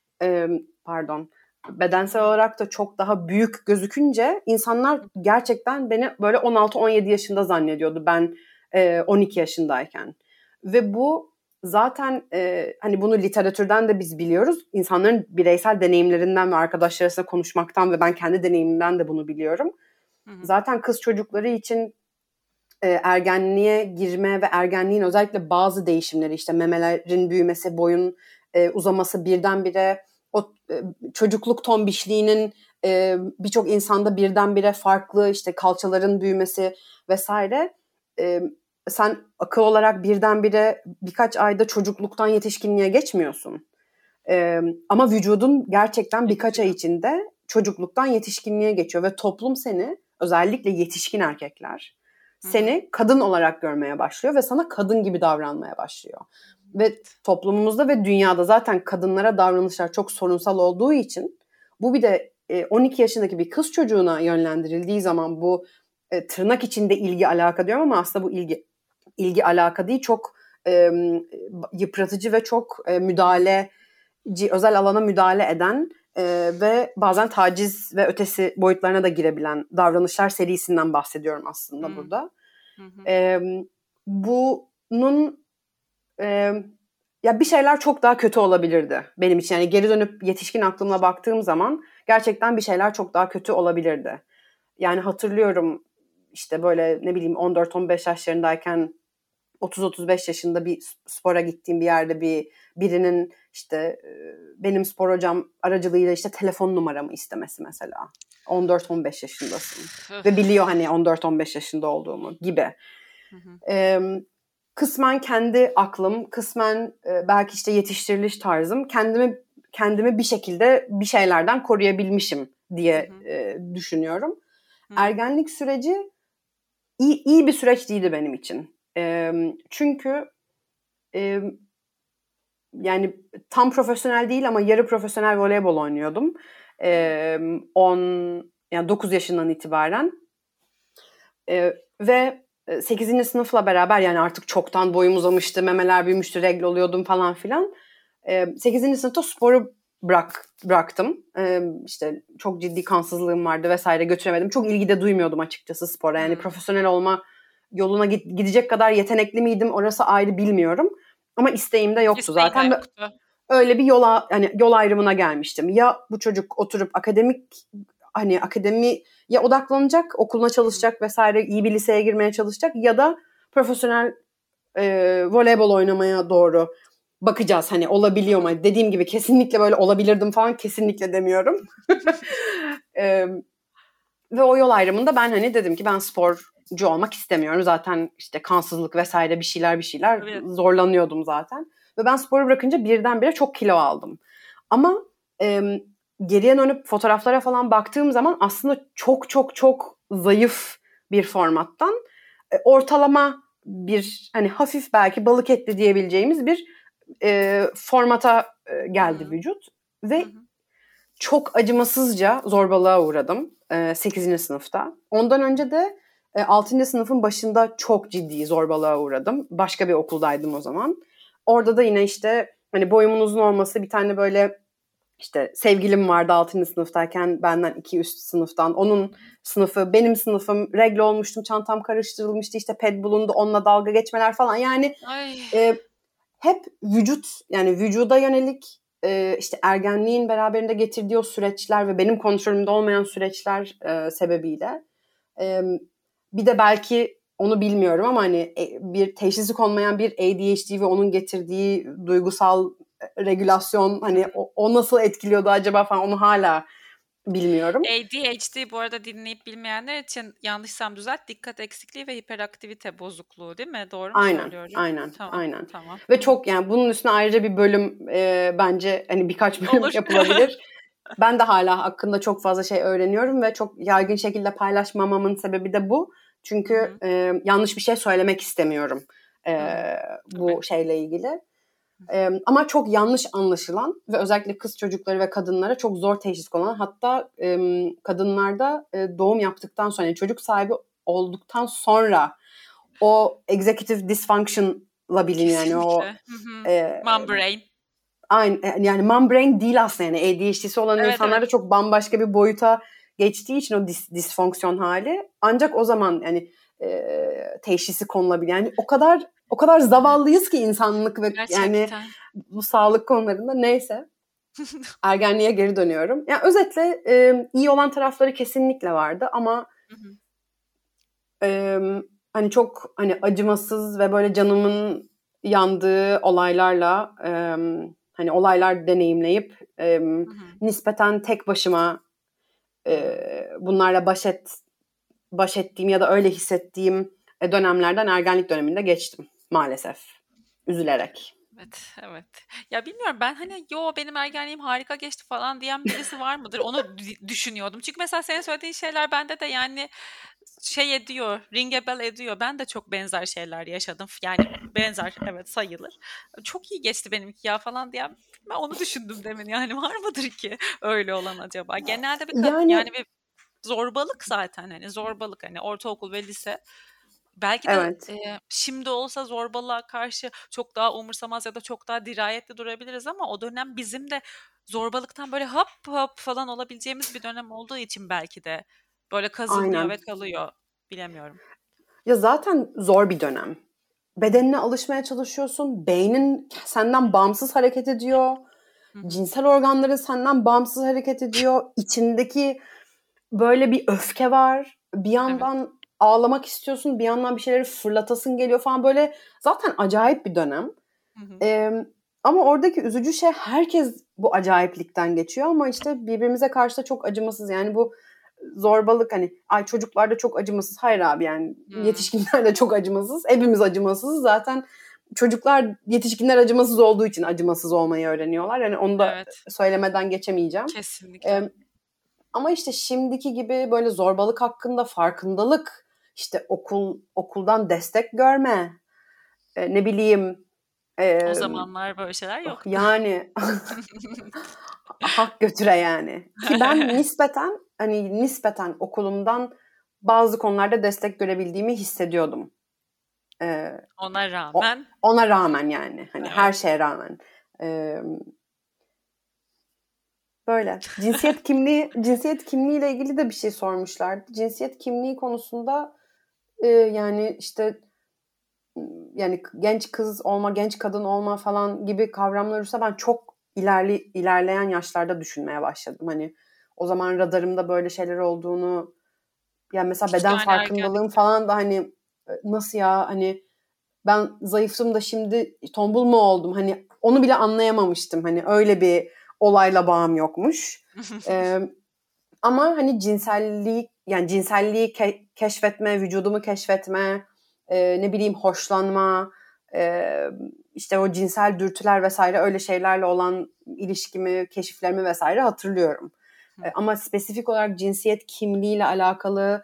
bedensel olarak da çok daha büyük gözükünce insanlar gerçekten beni böyle 16-17 yaşında zannediyordu ben 12 yaşındayken. Ve bu zaten hani bunu literatürden de biz biliyoruz. İnsanların bireysel deneyimlerinden ve arkadaşlar arasında konuşmaktan ve ben kendi deneyimimden de bunu biliyorum. Zaten kız çocukları için ergenliğe girme ve ergenliğin özellikle bazı değişimleri, işte memelerin büyümesi, boyun uzaması, birdenbire o çocukluk tombişliğinin birçok insanda birdenbire farklı, işte kalçaların büyümesi vesaire, sen akıl olarak birdenbire birkaç ayda çocukluktan yetişkinliğe geçmiyorsun. Ama vücudun gerçekten birkaç ay içinde çocukluktan yetişkinliğe geçiyor ve toplum seni, özellikle yetişkin erkekler seni kadın olarak görmeye başlıyor ve sana kadın gibi davranmaya başlıyor. Ve toplumumuzda ve dünyada zaten kadınlara davranışlar çok sorunsal olduğu için bu bir de 12 yaşındaki bir kız çocuğuna yönlendirildiği zaman bu tırnak içinde ilgi alaka diyorum ama aslında bu ilgi alaka değil, çok yıpratıcı ve çok müdahaleci, özel alana müdahale eden ve bazen taciz ve ötesi boyutlarına da girebilen davranışlar serisinden bahsediyorum aslında burada. Bunun ya bir şeyler çok daha kötü olabilirdi benim için. Yani geri dönüp yetişkin aklımla baktığım zaman gerçekten bir şeyler çok daha kötü olabilirdi. Yani hatırlıyorum işte böyle ne bileyim 14-15 yaşlarındayken 30-35 yaşında bir spora gittiğim bir yerde birinin işte benim spor hocam aracılığıyla işte telefon numaramı istemesi mesela. 14-15 yaşındasın ve biliyor hani 14-15 yaşında olduğumu gibi. Kısmen kendi aklım, kısmen belki işte yetiştiriliş tarzım kendimi bir şekilde bir şeylerden koruyabilmişim diye düşünüyorum. Ergenlik süreci iyi bir süreç değildi benim için. Çünkü yani tam profesyonel değil ama yarı profesyonel voleybol oynuyordum. Yani 9 yaşından itibaren. Ve 8. sınıfla beraber, yani artık çoktan boyum uzamıştı, memeler büyümüştü, regl oluyordum falan filan. 8. sınıfta sporu bıraktım. İşte çok ciddi kansızlığım vardı vesaire, götüremedim. Çok ilgi de duymuyordum açıkçası spora. Yani profesyonel olma yoluna gidecek kadar yetenekli miydim orası ayrı, bilmiyorum. Ama isteğim de yoktu zaten. Yoktu. Öyle bir yol ayrımına gelmiştim. Ya bu çocuk oturup akademiye odaklanacak, okuluna çalışacak vesaire, iyi bir liseye girmeye çalışacak, ya da profesyonel voleybol oynamaya doğru bakacağız. Hani olabiliyor mu? Dediğim gibi kesinlikle böyle olabilirdim falan kesinlikle demiyorum. Ve o yol ayrımında ben hani dedim ki ben sporcu olmak istemiyorum. Zaten işte kansızlık vesaire bir şeyler evet, zorlanıyordum zaten. Ve ben sporu bırakınca birdenbire çok kilo aldım. Ama geriye dönüp fotoğraflara falan baktığım zaman aslında çok çok çok zayıf bir formattan ortalama bir, hani hafif belki balık etli diyebileceğimiz bir formata geldi vücut. Ve çok acımasızca zorbalığa uğradım 8. sınıfta. Ondan önce de 6. sınıfın başında çok ciddi zorbalığa uğradım. Başka bir okuldaydım o zaman. Orada da yine işte hani boyumun uzun olması, bir tane böyle işte sevgilim vardı 6. sınıftayken, benden 2 üst sınıftan. Onun sınıfı, benim sınıfım, regl olmuştum, çantam karıştırılmıştı, işte ped bulundu, onunla dalga geçmeler falan. Yani hep yani vücuda yönelik, işte ergenliğin beraberinde getirdiği o süreçler ve benim kontrolümde olmayan süreçler sebebiyle bir de belki onu bilmiyorum ama hani bir teşhisi konmayan bir ADHD ve onun getirdiği duygusal regülasyon hani o nasıl etkiliyordu acaba falan onu hala bilmiyorum. ADHD bu arada dinleyip bilmeyenler için yanlışsam düzelt, dikkat eksikliği ve hiperaktivite bozukluğu değil mi? Doğru mu söylüyorum? Aynen. Tamam. Ve çok yani bunun üstüne ayrıca bir bölüm bence hani birkaç bölüm Olur. yapılabilir. Ben de hala hakkında çok fazla şey öğreniyorum ve çok yaygın şekilde paylaşmamamın sebebi de bu. Çünkü yanlış bir şey söylemek istemiyorum bu şeyle ilgili. Ama çok yanlış anlaşılan ve özellikle kız çocukları ve kadınlara çok zor teşhis konan, hatta kadınlarda doğum yaptıktan sonra yani çocuk sahibi olduktan sonra o executive dysfunction'la biliniyor yani o mom brain. Aynı yani mom brain değil aslında yani ADHD'si olan insanlarda çok bambaşka bir boyuta geçtiği için o disfonksiyon hali ancak o zaman yani teşhisi konulabilir. Yani o kadar zavallıyız ki insanlık ve gerçekten. Yani bu sağlık konularında neyse. Ergenliğe geri dönüyorum. Yani özetle iyi olan tarafları kesinlikle vardı ama hani çok hani acımasız ve böyle canımın yandığı olaylarla hani olaylar deneyimleyip nispeten tek başıma bunlarla baş ettiğim ya da öyle hissettiğim dönemlerden ergenlik döneminde geçtim maalesef. Üzülerek. Evet. Ya bilmiyorum ben hani benim ergenliğim harika geçti falan diyen birisi var mıdır? Onu düşünüyordum. Çünkü mesela senin söylediğin şeyler bende de yani ediyor, ring a bell ediyor. Ben de çok benzer şeyler yaşadım. Yani benzer evet sayılır. Çok iyi geçti benimki ya falan diyen ben onu düşündüm demin. Yani var mıdır ki öyle olan acaba? Genelde bir yani bir zorbalık zaten hani zorbalık hani ortaokul ve lise. Belki de şimdi olsa zorbalığa karşı çok daha umursamaz ya da çok daha dirayetli durabiliriz ama o dönem bizim de zorbalıktan böyle hop hop falan olabileceğimiz bir dönem olduğu için belki de böyle kazınıyor ve kalıyor. Bilemiyorum. Ya zaten zor bir dönem. Bedenine alışmaya çalışıyorsun. Beynin senden bağımsız hareket ediyor. Cinsel organların senden bağımsız hareket ediyor. İçindeki böyle bir öfke var. Bir yandan ağlamak istiyorsun. Bir yandan bir şeyleri fırlatasın geliyor falan. Böyle zaten acayip bir dönem. Ama oradaki üzücü şey herkes bu acayiplikten geçiyor ama işte birbirimize karşı da çok acımasız. Yani bu zorbalık hani çocuklar da çok acımasız. Hayır abi yani yetişkinler de çok acımasız. Hepimiz acımasız. Zaten çocuklar yetişkinler acımasız olduğu için acımasız olmayı öğreniyorlar. Yani onu da söylemeden geçemeyeceğim. Kesinlikle. Ama işte şimdiki gibi böyle zorbalık hakkında farkındalık, işte okuldan destek görme, ne bileyim. O zamanlar böyle şeyler yoktu. Yani hak götüre yani. Ki ben nispeten okulumdan bazı konularda destek görebildiğimi hissediyordum. Ona rağmen. Ona rağmen yani. Hani her şeye rağmen. Böyle. Cinsiyet kimliğiyle ilgili de bir şey sormuşlardı. Cinsiyet kimliği konusunda yani işte yani genç kız olma, genç kadın olma falan gibi kavramlar olursa ben çok ilerleyen yaşlarda düşünmeye başladım. Hani o zaman radarımda böyle şeyler olduğunu yani mesela beden farkındalığım falan da hani nasıl ya hani ben zayıftım da şimdi tombul mu oldum? Hani onu bile anlayamamıştım. Hani öyle bir olayla bağım yokmuş. Ama hani cinselliği keşfetme, vücudumu keşfetme, ne bileyim hoşlanma, işte o cinsel dürtüler vesaire öyle şeylerle olan ilişkimi, keşiflerimi vesaire hatırlıyorum. Ama spesifik olarak cinsiyet kimliğiyle alakalı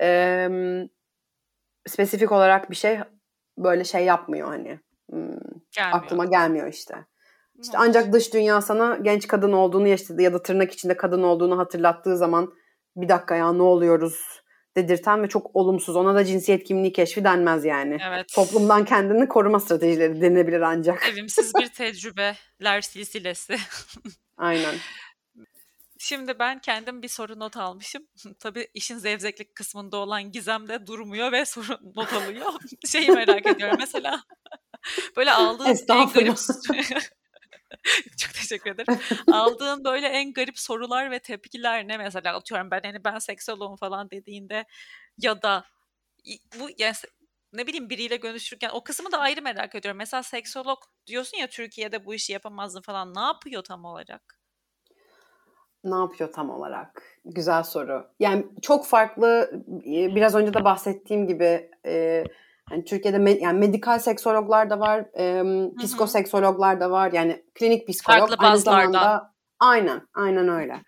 spesifik olarak bir şey böyle şey yapmıyor hani. Aklıma gelmiyor işte. İşte ancak dış dünya sana genç kadın olduğunu ya da tırnak içinde kadın olduğunu hatırlattığı zaman bir dakika ya ne oluyoruz dedirten ve çok olumsuz. Ona da cinsiyet kimliği keşfi denmez yani. Evet. Toplumdan kendini koruma stratejileri denilebilir ancak. Sevimsiz bir tecrübeler silsilesi. Aynen. Şimdi ben kendim bir soru not almışım. Tabii işin zevzeklik kısmında olan Gizem de durmuyor ve soru not alıyor. Şeyi merak ediyorum mesela. Böyle aldığın en garip... Çok teşekkür ederim. Aldığın böyle en garip sorular ve tepkiler ne mesela? Atıyorum ben seksoloğum falan dediğinde ya da bu yani ne bileyim biriyle görüşürken o kısmı da ayrı merak ediyorum. Mesela seksolog diyorsun ya, Türkiye'de bu işi yapamazdın falan. Ne yapıyor tam olarak? Ne yapıyor tam olarak? Güzel soru. Yani çok farklı, biraz önce de bahsettiğim gibi yani Türkiye'de yani medikal seksologlar da var, psikoseksologlar da var. Yani klinik psikolog Farklı aynı bazlardan. zamanda aynen öyle.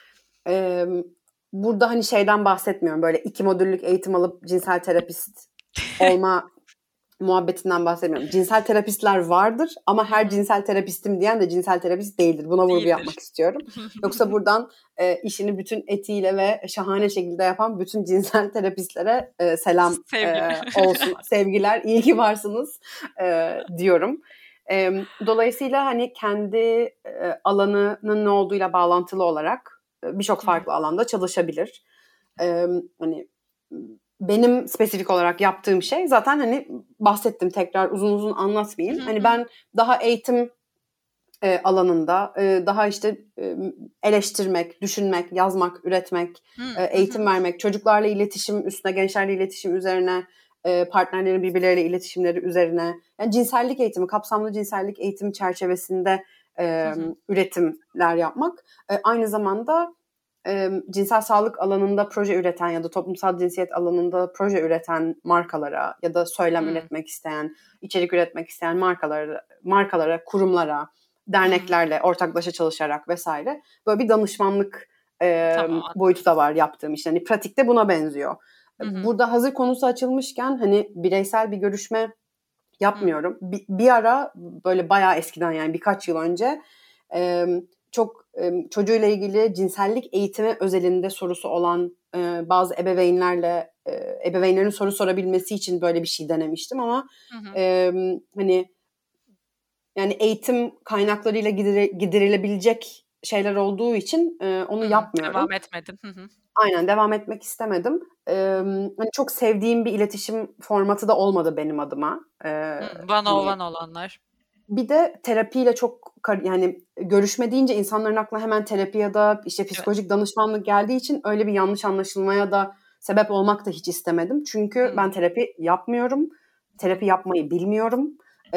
Burada hani şeyden bahsetmiyorum, böyle 2 modüllük eğitim alıp cinsel terapist olma muhabbetinden bahsetmiyorum. Cinsel terapistler vardır ama her cinsel terapistim diyen de cinsel terapist değildir. Buna vurgu yapmak istiyorum. Yoksa buradan işini bütün etiyle ve şahane şekilde yapan bütün cinsel terapistlere selam olsun. Sevgiler, iyi ki varsınız diyorum. Dolayısıyla hani kendi alanının ne olduğuyla bağlantılı olarak birçok farklı alanda çalışabilir. Hani benim spesifik olarak yaptığım şey zaten hani bahsettim, tekrar uzun anlatmayayım. Hani ben daha eğitim alanında daha işte eleştirmek, düşünmek, yazmak, üretmek, eğitim vermek, çocuklarla iletişim üstüne, gençlerle iletişim üzerine, partnerlerin birbirleriyle iletişimleri üzerine, yani cinsellik eğitimi, kapsamlı cinsellik eğitimi çerçevesinde üretimler yapmak. Aynı zamanda cinsel sağlık alanında proje üreten ya da toplumsal cinsiyet alanında proje üreten markalara ya da söylem üretmek isteyen, içerik üretmek isteyen markalara, kurumlara, derneklerle ortaklaşa çalışarak vesaire böyle bir danışmanlık boyutu da var yaptığım iş. Yani pratikte buna benziyor. Burada hazır konusu açılmışken hani bireysel bir görüşme yapmıyorum. Bir ara böyle bayağı eskiden, yani birkaç yıl önce çok çocuğuyla ilgili cinsellik eğitimi özelinde sorusu olan bazı ebeveynlerin soru sorabilmesi için böyle bir şey denemiştim ama hani yani eğitim kaynaklarıyla giderilebilecek şeyler olduğu için onu yapmıyorum. Devam etmedim. Aynen, devam etmek istemedim. Hani çok sevdiğim bir iletişim formatı da olmadı benim adıma. One on one olanlar. Bir de terapiyle çok yani görüşme deyince insanların aklına hemen terapi ya da işte psikolojik danışmanlık geldiği için öyle bir yanlış anlaşılmaya da sebep olmak da hiç istemedim. Çünkü ben terapi yapmıyorum. Terapi yapmayı bilmiyorum.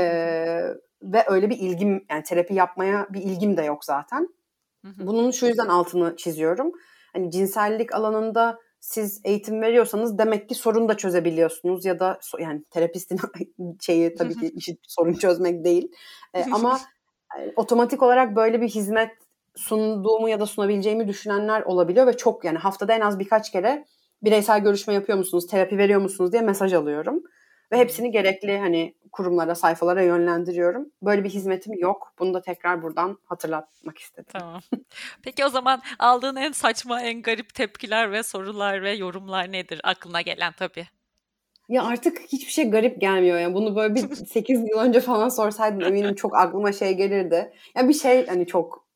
Ve öyle bir ilgim, yani terapi yapmaya bir ilgim de yok zaten. Bunun şu yüzden altını çiziyorum. Hani cinsellik alanında siz eğitim veriyorsanız demek ki sorun da çözebiliyorsunuz ya da yani terapistin şeyi tabii ki işi sorun çözmek değil. Ama otomatik olarak böyle bir hizmet sunduğumu ya da sunabileceğimi düşünenler olabiliyor ve çok, yani haftada en az birkaç kere bireysel görüşme yapıyor musunuz, terapi veriyor musunuz diye mesaj alıyorum. Ve hepsini gerekli hani kurumlara, sayfalara yönlendiriyorum. Böyle bir hizmetim yok. Bunu da tekrar buradan hatırlatmak istedim. Tamam. Peki o zaman aldığın en saçma, en garip tepkiler ve sorular ve yorumlar nedir? Aklına gelen tabii. Ya artık hiçbir şey garip gelmiyor. Yani bunu böyle bir 8 yıl önce falan sorsaydın eminim çok aklıma şey gelirdi. Ya bir şey hani çok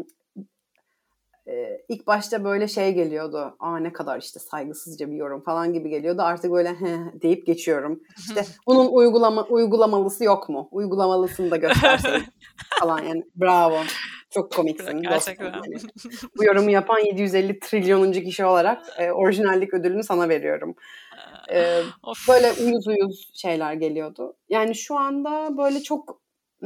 ilk başta böyle şey geliyordu. Ne kadar işte saygısızca bir yorum falan gibi geliyordu. Artık böyle deyip geçiyorum. İşte bunun uygulamalısı yok mu? Uygulamalısını da gösterseydin falan, yani bravo. Çok komiksin Gerçekten. dostum. Yani, bu yorumu yapan 750 trilyonuncu kişi olarak orijinallik ödülünü sana veriyorum. Böyle uyuz şeyler geliyordu. Yani şu anda böyle çok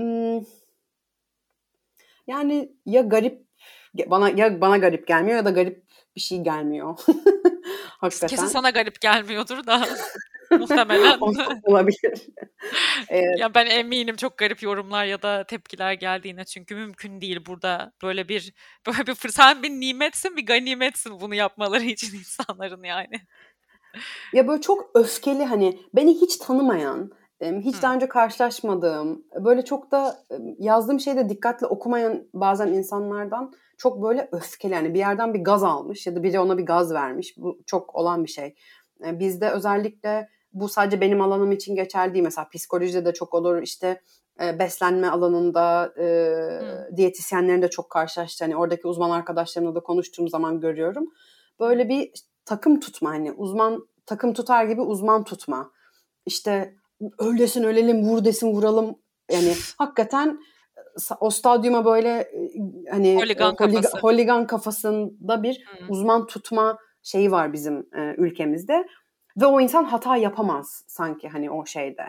yani ya bana garip gelmiyor ya da garip bir şey gelmiyor. Hakikaten. Kesin sana garip gelmiyordur da muhtemelen. Olabilir. Ya ben eminim çok garip yorumlar ya da tepkiler geldiğine, çünkü mümkün değil burada böyle bir sen bir nimetsin, bir ganimetsin bunu yapmaları için insanların yani. Ya böyle çok öfkeli, hani beni hiç tanımayan, hiç daha önce karşılaşmadığım, böyle çok da yazdığım şeyi de dikkatle okumayan bazen insanlardan çok böyle öfkeli, yani bir yerden bir gaz almış ya da biri ona bir gaz vermiş. Bu çok olan bir şey. Bizde özellikle bu sadece benim alanım için geçerli değil. Mesela psikolojide de çok olur, işte beslenme alanında diyetisyenlerin de çok karşılaştı. Hani oradaki uzman arkadaşlarımla da konuştuğum zaman görüyorum. Böyle bir takım tutma, hani uzman takım tutar gibi uzman tutma. İşte öl ölelim, vur desin vuralım. Yani hakikaten o stadyuma böyle hani holigan kafasında bir uzman tutma şeyi var bizim ülkemizde. Ve o insan hata yapamaz sanki hani o şeyde.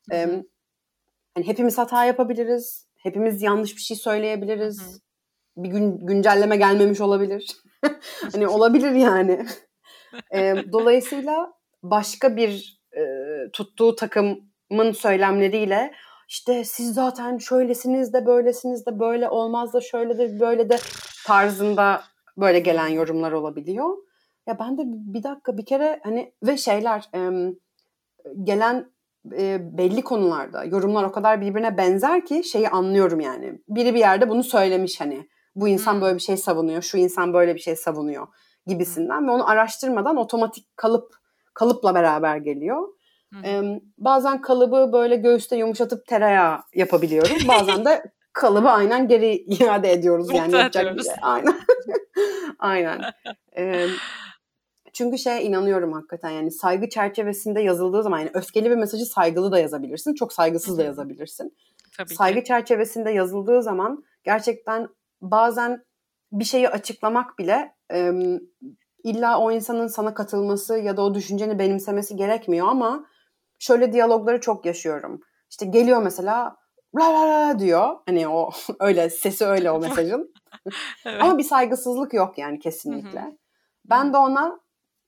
Hani hepimiz hata yapabiliriz. Hepimiz yanlış bir şey söyleyebiliriz. Bir gün güncelleme gelmemiş olabilir. Hani olabilir yani. Dolayısıyla başka bir tuttuğu takımın söylemleriyle işte siz zaten şöylesiniz de böylesiniz de böyle olmaz da şöyle de böyle de tarzında böyle gelen yorumlar olabiliyor. Ya ben de bir dakika bir kere hani ve şeyler gelen belli konularda yorumlar o kadar birbirine benzer ki şeyi anlıyorum yani. Biri bir yerde bunu söylemiş hani. Bu insan böyle bir şey savunuyor, şu insan böyle bir şey savunuyor gibisinden ve onu araştırmadan otomatik kalıpla beraber geliyor. Bazen kalıbı böyle göğüste yumuşatıp tereyağı yapabiliyorum. Bazen de kalıbı aynen geri iade ediyoruz yani yapacak bir şey. Aynen. Aynen. Çünkü inanıyorum hakikaten yani saygı çerçevesinde yazıldığı zaman yani öfkeli bir mesajı saygılı da yazabilirsin, çok saygısız da yazabilirsin. Tabii saygı ki. çerçevesinde yazıldığı zaman gerçekten bazen bir şeyi açıklamak bile illa o insanın sana katılması ya da o düşünceni benimsemesi gerekmiyor ama şöyle diyalogları çok yaşıyorum. İşte geliyor mesela la la la diyor. Hani o öyle sesi öyle o mesajın. Evet. Ama bir saygısızlık yok yani kesinlikle. Ben de ona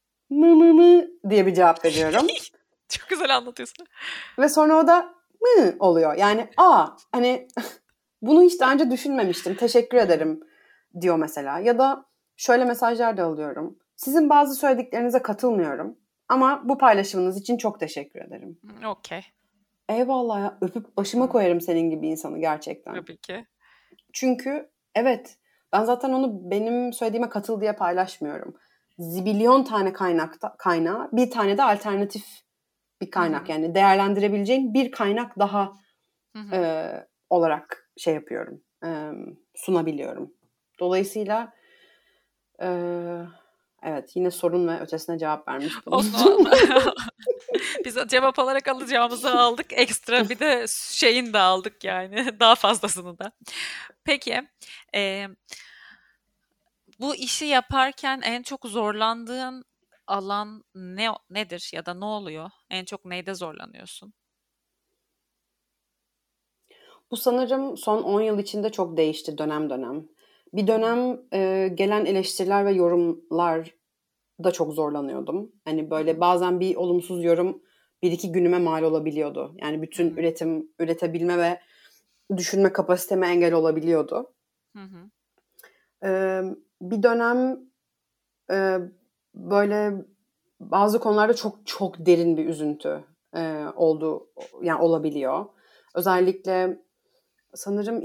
mı diye bir cevap veriyorum. Çok güzel anlatıyorsun. Ve sonra o da mı oluyor. Yani hani bunu hiç daha önce düşünmemiştim. Teşekkür ederim diyor mesela. Ya da şöyle mesajlar da alıyorum. Sizin bazı söylediklerinize katılmıyorum. Ama bu paylaşımınız için çok teşekkür ederim. Okey. Eyvallah ya. Öpüp başıma koyarım senin gibi insanı gerçekten. Tabii ki. Çünkü evet ben zaten onu benim söylediğime katıl diye paylaşmıyorum. Zibilyon tane kaynağı bir tane de alternatif bir kaynak. Yani değerlendirebileceğin bir kaynak daha olarak yapıyorum. Sunabiliyorum. Dolayısıyla evet yine sorun ve ötesine cevap vermiş bulundum. Biz cevap olarak alacağımızı aldık. Ekstra bir de şeyin de aldık yani. Daha fazlasını da. Peki. Bu işi yaparken en çok zorlandığın alan nedir ya da ne oluyor? En çok neyde zorlanıyorsun? Bu sanırım son 10 yıl içinde çok değişti dönem dönem. Bir dönem gelen eleştiriler ve yorumlar da çok zorlanıyordum. Hani böyle bazen bir olumsuz yorum 1-2 günüme mal olabiliyordu. Yani bütün üretebilme ve düşünme kapasiteme engel olabiliyordu. Bir dönem böyle bazı konularda çok çok derin bir üzüntü oldu yani olabiliyor. Özellikle sanırım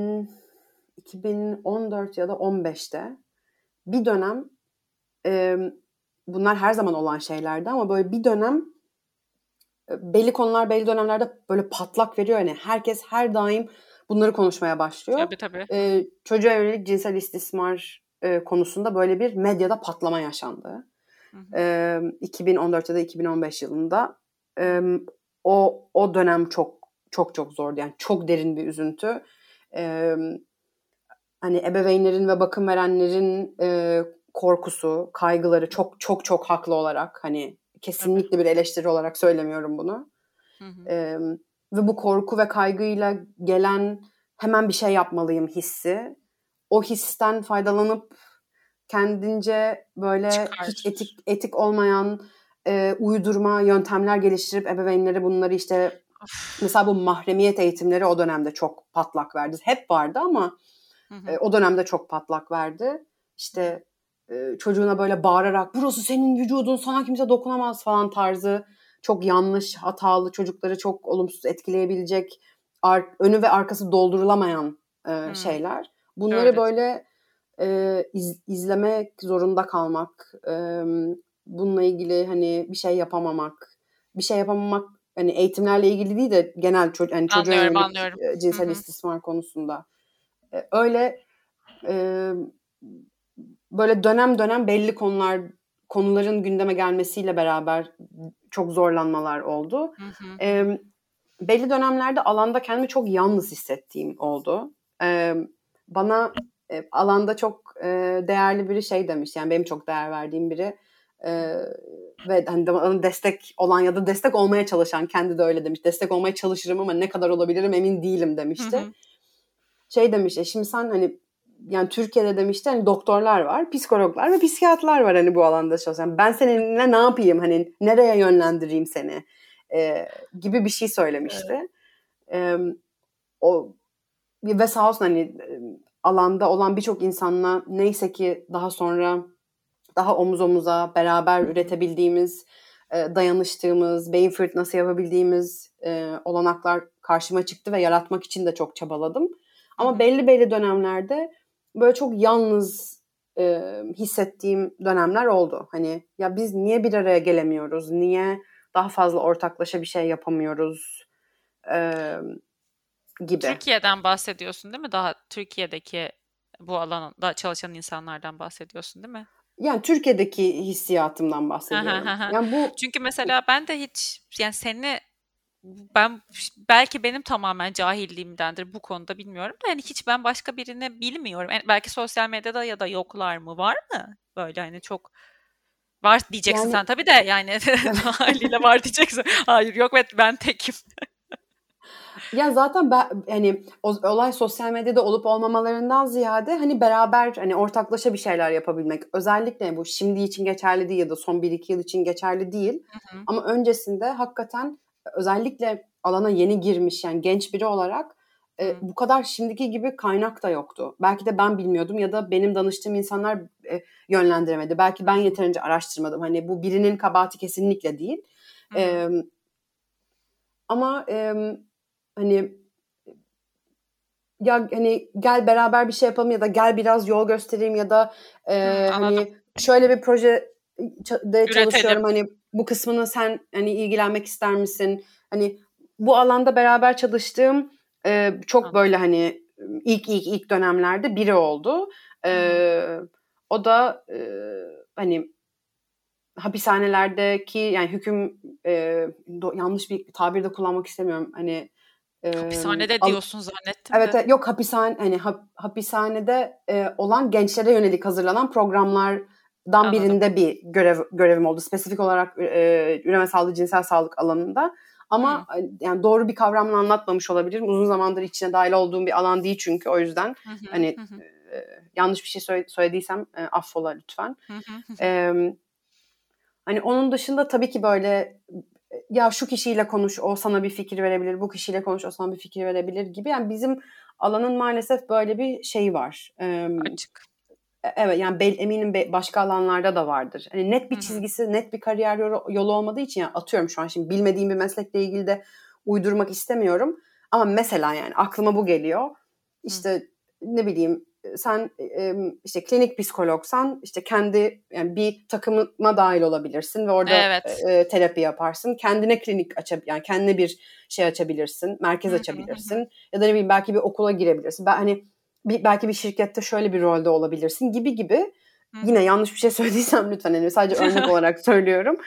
2014 ya da 15'te bir dönem bunlar her zaman olan şeylerdi ama böyle bir dönem belli konular belli dönemlerde böyle patlak veriyor yani herkes her daim bunları konuşmaya başlıyor. Tabii. Çocuğa yönelik cinsel istismar konusunda böyle bir medyada patlama yaşandı. 2014 ya da 2015 yılında o dönem çok zordu yani çok derin bir üzüntü. Hani ebeveynlerin ve bakım verenlerin korkusu, kaygıları çok haklı olarak hani kesinlikle bir eleştiri olarak söylemiyorum bunu. Ve bu korku ve kaygıyla gelen hemen bir şey yapmalıyım hissi. O histen faydalanıp kendince böyle hiç etik olmayan uydurma yöntemler geliştirip ebeveynlere bunları işte mesela bu mahremiyet eğitimleri o dönemde çok patlak verdi. Hep vardı ama o dönemde çok patlak verdi. İşte çocuğuna böyle bağırarak burası senin vücudun sana kimse dokunamaz falan tarzı çok yanlış, hatalı, çocukları çok olumsuz etkileyebilecek önü ve arkası doldurulamayan şeyler. Bunları böyle izlemek zorunda kalmak, bununla ilgili hani bir şey yapamamak hani eğitimlerle ilgili değil de genel çocuğa yönelik cinsel istismar konusunda. Öyle böyle dönem dönem belli konuların gündeme gelmesiyle beraber çok zorlanmalar oldu. Belli dönemlerde alanda kendimi çok yalnız hissettiğim oldu. Bana alanda çok değerli biri demiş. Yani benim çok değer verdiğim biri ve hani bana destek olan ya da destek olmaya çalışan, kendi de öyle demiş. Destek olmaya çalışırım ama ne kadar olabilirim emin değilim demişti. Şey demiş, şimdi sen hani yani Türkiye'de demişti hani doktorlar var, psikologlar ve psikiyatrlar var hani bu alanda çalışan. Ben seninle ne yapayım, hani nereye yönlendireyim seni gibi bir şey söylemişti. O ve sağ olsun hani alanda olan birçok insanla neyse ki daha sonra daha omuz omuza beraber üretebildiğimiz, dayanıştığımız, beyin fırtınası yapabildiğimiz olanaklar karşıma çıktı ve yaratmak için de çok çabaladım. Ama belli dönemlerde böyle çok yalnız hissettiğim dönemler oldu. Hani ya biz niye bir araya gelemiyoruz? Niye daha fazla ortaklaşa bir şey yapamıyoruz? Gibi. Türkiye'den bahsediyorsun değil mi? Daha Türkiye'deki bu alanda çalışan insanlardan bahsediyorsun değil mi? Yani Türkiye'deki hissiyatımdan bahsediyorum. Yani bu çünkü mesela ben de hiç yani ben belki benim tamamen cahilliğimdendir bu konuda bilmiyorum da yani hiç ben başka birini bilmiyorum. Belki sosyal medyada ya da yoklar mı? Var mı? Böyle hani çok var diyeceksin yani sen tabii de yani haliyle var diyeceksin. Hayır yok ben tekim. Ya zaten hani olay sosyal medyada olup olmamalarından ziyade hani beraber hani ortaklaşa bir şeyler yapabilmek. Özellikle bu şimdi için geçerli değil ya da son 1-2 yıl için geçerli değil. Ama öncesinde hakikaten özellikle alana yeni girmiş yani genç biri olarak bu kadar şimdiki gibi kaynak da yoktu. Belki de ben bilmiyordum ya da benim danıştığım insanlar yönlendiremedi. Belki ben yeterince araştırmadım. Hani bu birinin kabahati kesinlikle değil. Ama hani ya hani gel beraber bir şey yapalım ya da gel biraz yol göstereyim ya da hani şöyle bir projede çalışıyorum, hani bu kısmını sen hani ilgilenmek ister misin? Hani bu alanda beraber çalıştığım çok böyle hani ilk dönemlerde biri oldu. O da hani hapishanelerdeki yani hüküm yanlış bir tabir de kullanmak istemiyorum. Hani hapishanede diyorsun zannettim evet, de. Yok hani hapishanede olan gençlere yönelik hazırlanan programlardan birinde bir görevim oldu. Spesifik olarak üreme sağlığı, cinsel sağlık alanında. Ama yani doğru bir kavramla anlatmamış olabilirim. Uzun zamandır içine dahil olduğum bir alan değil çünkü, o yüzden hani yanlış bir şey söylediysem affola lütfen. Hani onun dışında tabii ki böyle ya şu kişiyle konuş, o sana bir fikir verebilir, bu kişiyle konuş, o sana bir fikir verebilir gibi. Yani bizim alanın maalesef böyle bir şeyi var. Açık. Evet, yani eminim başka alanlarda da vardır. Hani net bir çizgisi, net bir kariyer yolu olmadığı için, yani atıyorum şu an şimdi bilmediğim bir meslekle ilgili de uydurmak istemiyorum. Ama mesela yani aklıma bu geliyor. İşte ne bileyim, sen işte klinik psikologsan işte kendi yani bir takıma dahil olabilirsin ve orada terapi yaparsın. Kendine klinik yani kendine bir şey açabilirsin, merkez açabilirsin ya da ne bileyim belki bir okula girebilirsin. Hani belki bir şirkette şöyle bir rolde olabilirsin gibi. Yine yanlış bir şey söylediysem lütfen, hani sadece örnek olarak söylüyorum.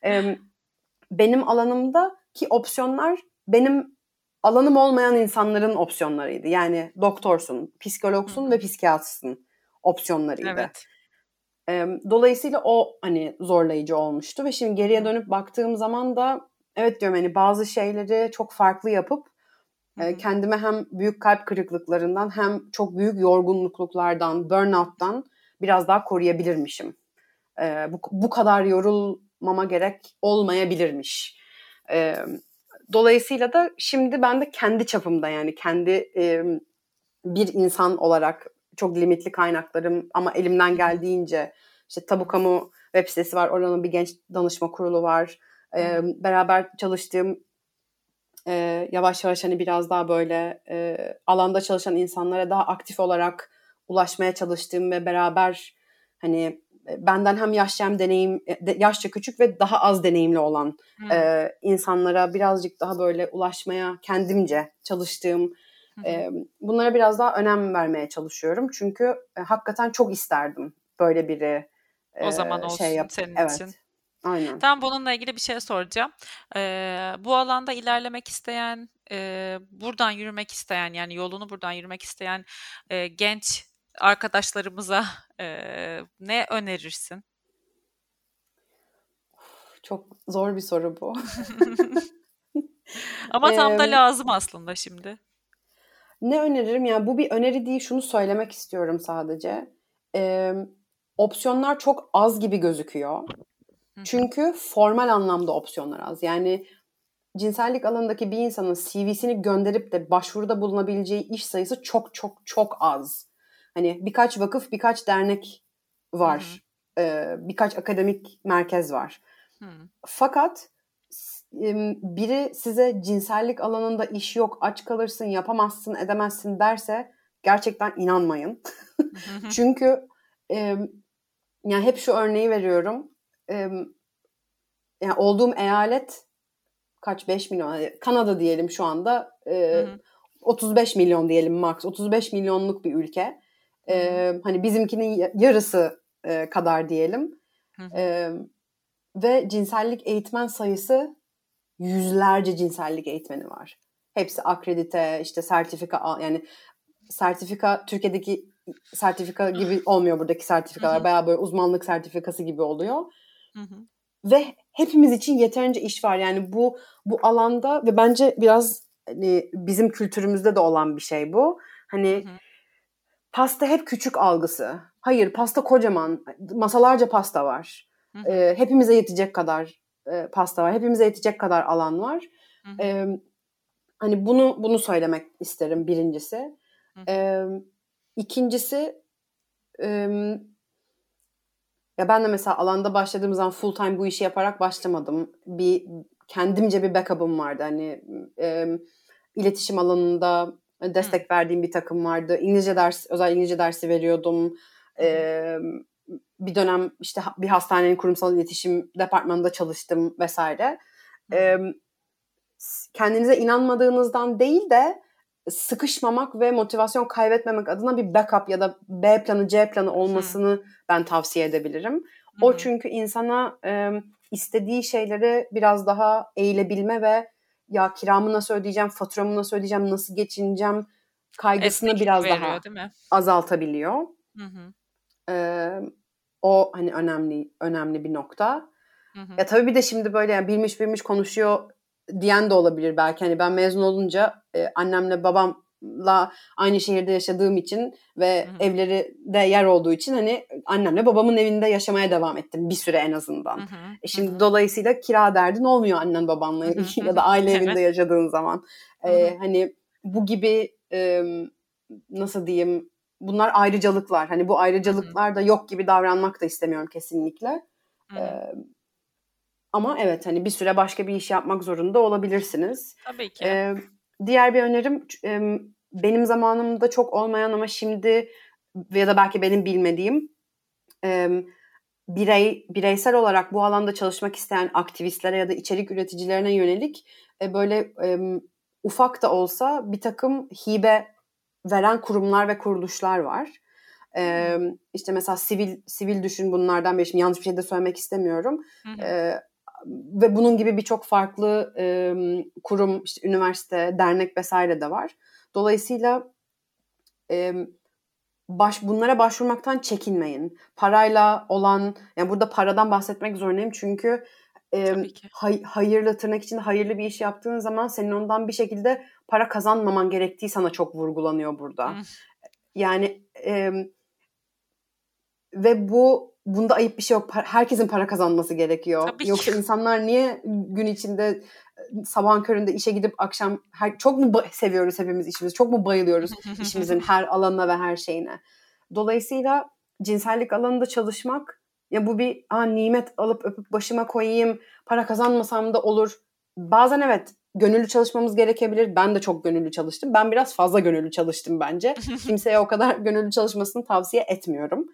Benim alanımdaki opsiyonlar benim alanım olmayan insanların opsiyonlarıydı. Yani doktorsun, psikologsun ve psikiyatrısın opsiyonlarıydı. Dolayısıyla o hani zorlayıcı olmuştu ve şimdi geriye dönüp baktığım zaman da evet diyorum, hani bazı şeyleri çok farklı yapıp kendime hem büyük kalp kırıklıklarından hem çok büyük yorgunluklardan, burnout'tan biraz daha koruyabilirmişim. Bu kadar yorulmama gerek olmayabilirmiş. Dolayısıyla da şimdi ben de kendi çapımda, yani kendi bir insan olarak çok limitli kaynaklarım ama elimden geldiğince işte Tabu Kamu web sitesi var. Oranın bir genç danışma kurulu var. Beraber çalıştığım yavaş yavaş hani biraz daha böyle alanda çalışan insanlara daha aktif olarak ulaşmaya çalıştığım ve beraber hani benden hem yaşça hem yaşça küçük ve daha az deneyimli olan insanlara birazcık daha böyle ulaşmaya kendimce çalıştığım, bunlara biraz daha önem vermeye çalışıyorum. Çünkü hakikaten çok isterdim böyle biri O zaman olsun senin için. Aynen. Tam bununla ilgili bir şey soracağım. Bu alanda ilerlemek isteyen, buradan yürümek isteyen, yani yolunu buradan yürümek isteyen genç arkadaşlarımıza ne önerirsin? Çok zor bir soru bu. Ama tam da Em, lazım aslında şimdi. Ne öneririm? Yani bu bir öneri değil, şunu söylemek istiyorum sadece. Opsiyonlar çok az gibi gözüküyor. Çünkü formal anlamda opsiyonlar az. Yani cinsellik alanındaki bir insanın CV'sini gönderip de başvuruda bulunabileceği iş sayısı çok çok çok az. Hani birkaç vakıf, birkaç dernek var. Birkaç akademik merkez var. Fakat biri size cinsellik alanında iş yok, aç kalırsın, yapamazsın, edemezsin derse gerçekten inanmayın. Çünkü yani hep şu örneği veriyorum. Yani olduğum eyalet kaç, 5 milyon, Kanada diyelim şu anda, 35 milyon diyelim max, 35 milyonluk bir ülke. Hani bizimkinin yarısı kadar diyelim. Ve cinsellik eğitmen sayısı yüzlerce cinsellik eğitmeni var. Hepsi akredite, işte sertifika, yani sertifika Türkiye'deki sertifika gibi olmuyor buradaki sertifikalar. Bayağı böyle uzmanlık sertifikası gibi oluyor. Ve hepimiz için yeterince iş var. Yani bu alanda ve bence biraz hani bizim kültürümüzde de olan bir şey bu. Hani pasta hep küçük algısı. Hayır, pasta kocaman. Masalarca pasta var. Hepimize yetecek kadar pasta var. Hepimize yetecek kadar alan var. Hani bunu söylemek isterim birincisi. İkincisi ya ben de mesela alanda başladığım zaman full time bu işi yaparak başlamadım. Kendimce bir backup'ım vardı. Hani iletişim alanında destek verdiğim bir takım vardı. Özel İngilizce dersi veriyordum. Bir dönem işte bir hastanenin kurumsal iletişim departmanında çalıştım vesaire. Kendinize inanmadığınızdan değil de sıkışmamak ve motivasyon kaybetmemek adına bir backup ya da B planı, C planı olmasını ben tavsiye edebilirim. O çünkü insana istediği şeyleri biraz daha eğilebilme ve ya kiramı nasıl ödeyeceğim, faturamı nasıl ödeyeceğim, nasıl geçineceğim kaygısını Esneklik biraz veriyor, daha değil mi? azaltabiliyor. O hani önemli bir nokta. Ya tabii bir de şimdi böyle yani bilmiş konuşuyor diyen de olabilir belki. Hani ben mezun olunca annemle babamla aynı şehirde yaşadığım için ve evleri de yer olduğu için hani annemle babamın evinde yaşamaya devam ettim bir süre en azından. Şimdi dolayısıyla kira derdin olmuyor annen babanla ya da aile evinde yaşadığın zaman. Hani bu gibi nasıl diyeyim, bunlar ayrıcalıklar. Hani bu ayrıcalıklar da yok gibi davranmak da istemiyorum kesinlikle. Ama evet hani bir süre başka bir iş yapmak zorunda olabilirsiniz. Tabii ki. Diğer bir önerim benim zamanımda çok olmayan ama şimdi ya da belki benim bilmediğim bireysel olarak bu alanda çalışmak isteyen aktivistlere ya da içerik üreticilerine yönelik böyle ufak da olsa bir takım hibe veren kurumlar ve kuruluşlar var. İşte mesela sivil düşün bunlardan biri. Şimdi yanlış bir şey de söylemek istemiyorum. Ve bunun gibi birçok farklı kurum, işte üniversite, dernek vesaire de var. Dolayısıyla bunlara başvurmaktan çekinmeyin. Parayla olan, yani burada paradan bahsetmek zorundayım çünkü hayırlı, tırnak içinde hayırlı bir iş yaptığın zaman senin ondan bir şekilde para kazanmaman gerektiği sana çok vurgulanıyor burada. Yani ve bunda ayıp bir şey yok. Herkesin para kazanması gerekiyor. Tabii Yoksa ki. insanlar niye gün içinde sabahın köründe işe gidip akşam çok mu seviyoruz hepimiz işimizi? Çok mu bayılıyoruz işimizin her alanına ve her şeyine? Dolayısıyla cinsellik alanında çalışmak ya bu bir nimet alıp öpüp başıma koyayım, para kazanmasam da olur. Bazen evet gönüllü çalışmamız gerekebilir. Ben de çok gönüllü çalıştım. Ben biraz fazla gönüllü çalıştım bence. Kimseye o kadar gönüllü çalışmasını tavsiye etmiyorum.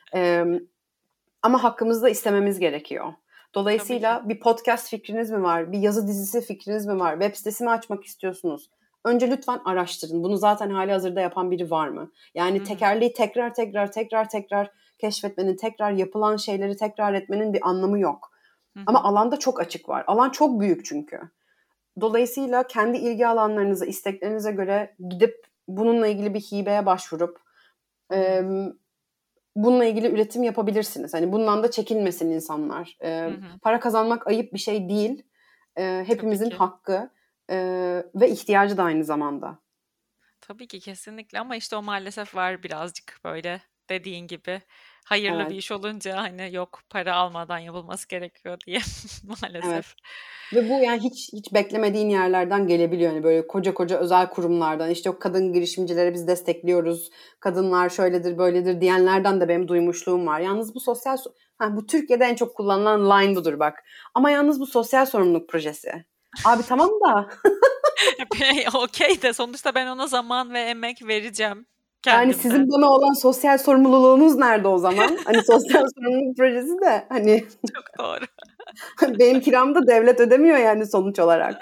Ama hakkımızda istememiz gerekiyor. Dolayısıyla bir podcast fikriniz mi var? Bir yazı dizisi fikriniz mi var? Web sitesi mi açmak istiyorsunuz? Önce lütfen araştırın. Bunu zaten halihazırda yapan biri var mı? Yani tekerleği tekrar keşfetmenin, tekrar yapılan şeyleri tekrar etmenin bir anlamı yok. Ama alanda çok açık var. Alan çok büyük çünkü. Dolayısıyla kendi ilgi alanlarınıza, isteklerinize göre gidip bununla ilgili bir hibeye başvurup bununla ilgili üretim yapabilirsiniz. Hani bundan da çekinmesin insanlar. Para kazanmak ayıp bir şey değil. Hepimizin hakkı ve ihtiyacı da aynı zamanda. Tabii ki kesinlikle ama işte o maalesef var birazcık böyle dediğin gibi hayırlı bir iş olunca hani yok para almadan yapılması gerekiyor diye maalesef. Evet. Ve bu yani hiç beklemediğin yerlerden gelebiliyor. Yani böyle koca koca özel kurumlardan işte o kadın girişimcileri biz destekliyoruz. Kadınlar şöyledir böyledir diyenlerden de benim duymuşluğum var. Yalnız bu bu Türkiye'de en çok kullanılan line budur bak. Ama yalnız bu sosyal sorumluluk projesi. Abi tamam da. Okey de sonuçta ben ona zaman ve emek vereceğim. Yani sizin bana olan sosyal sorumluluğunuz nerede o zaman? Hani sosyal sorumluluk projesi de hani. Çok doğru. Benim kiramı da devlet ödemiyor yani sonuç olarak.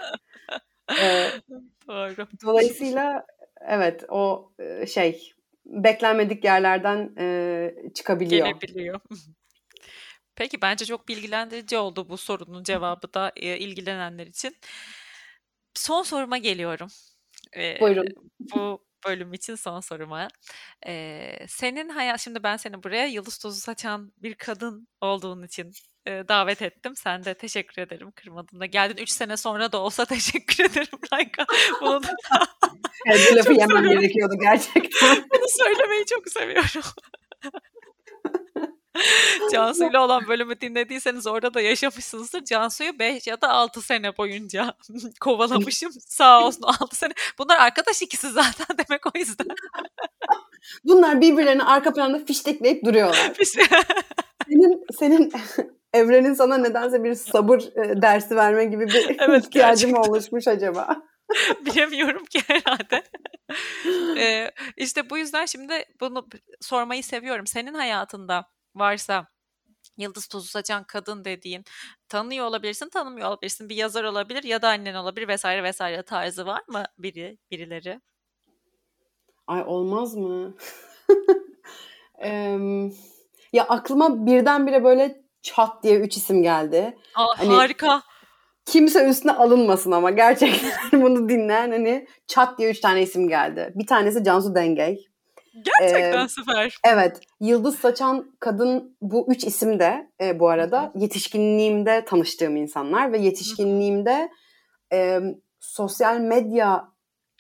Doğru. Dolayısıyla evet o beklenmedik yerlerden çıkabiliyor. Gelebiliyor. Peki bence çok bilgilendirici oldu bu sorunun cevabı da ilgilenenler için. Son soruma geliyorum. Buyurun. Bu bölüm için son soruma. Senin şimdi ben seni buraya yıldız tozu saçan bir kadın olduğun için davet ettim. Sen de teşekkür ederim kırmadın da. Geldin 3 sene sonra da olsa teşekkür ederim Rayka. Bunu bu lafı yemem gerekiyordu gerçekten. Bunu söylemeyi çok seviyorum. Cansu'yla olan bölümü dinlediyseniz orada da yaşamışsınızdır. Cansu'yu 5 ya da 6 sene boyunca kovalamışım. Sağ olsun 6 sene. Bunlar arkadaş ikisi zaten demek o yüzden. Bunlar birbirlerini arka planda fiştekleyip duruyorlar. Senin evrenin sana nedense bir sabır dersi verme gibi bir ihtiyacı mı oluşmuş acaba? Bilemiyorum ki herhalde. İşte bu yüzden şimdi bunu sormayı seviyorum. Senin hayatında varsa yıldız tozu saçan kadın dediğin tanıyor olabilirsin, tanımıyor olabilirsin. Bir yazar olabilir ya da annen olabilir vesaire vesaire tarzı var mı birileri? Ay olmaz mı? Ya aklıma birdenbire böyle çat diye 3 isim geldi. Hani, harika. Kimse üstüne alınmasın ama gerçekten bunu dinleyen hani çat diye 3 tane isim geldi. Bir tanesi Cansu Dengey. Gerçekten süper. Evet. Yıldız saçan kadın bu 3 isim de bu arada yetişkinliğimde tanıştığım insanlar ve yetişkinliğimde sosyal medya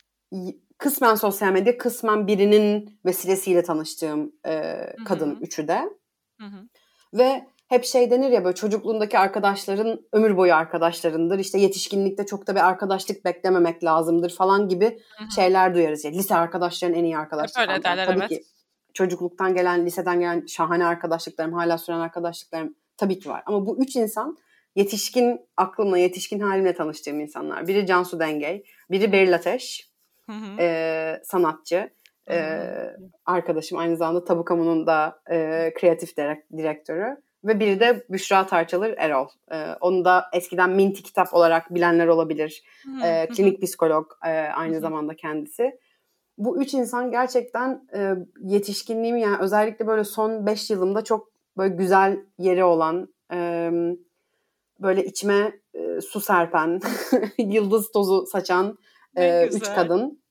kısmen birinin vesilesiyle tanıştığım kadın üçü de. Ve hep denir ya böyle çocukluğundaki arkadaşların ömür boyu arkadaşlarındır. İşte yetişkinlikte çok da bir arkadaşlık beklememek lazımdır falan gibi şeyler duyarız. Yani lise arkadaşların en iyi arkadaşlık. Öyle derler, tabii evet. ki çocukluktan gelen, liseden gelen şahane arkadaşlıklarım, hala süren arkadaşlıklarım tabii ki var. Ama bu 3 insan yetişkin aklımla, yetişkin halimle tanıştığım insanlar. Biri Cansu Dengey, biri Beril Ateş, sanatçı. Arkadaşım, aynı zamanda Tabu Kamu'nun da kreatif direktörü. Ve biri de Büşra Tarçalır Erol. Onu da eskiden Minti kitap olarak bilenler olabilir. Klinik psikolog aynı zamanda kendisi. Bu 3 insan gerçekten yetişkinliğimi, yani özellikle böyle son 5 yılımda çok böyle güzel yeri olan, böyle içime su serpen, yıldız tozu saçan 3 kadın.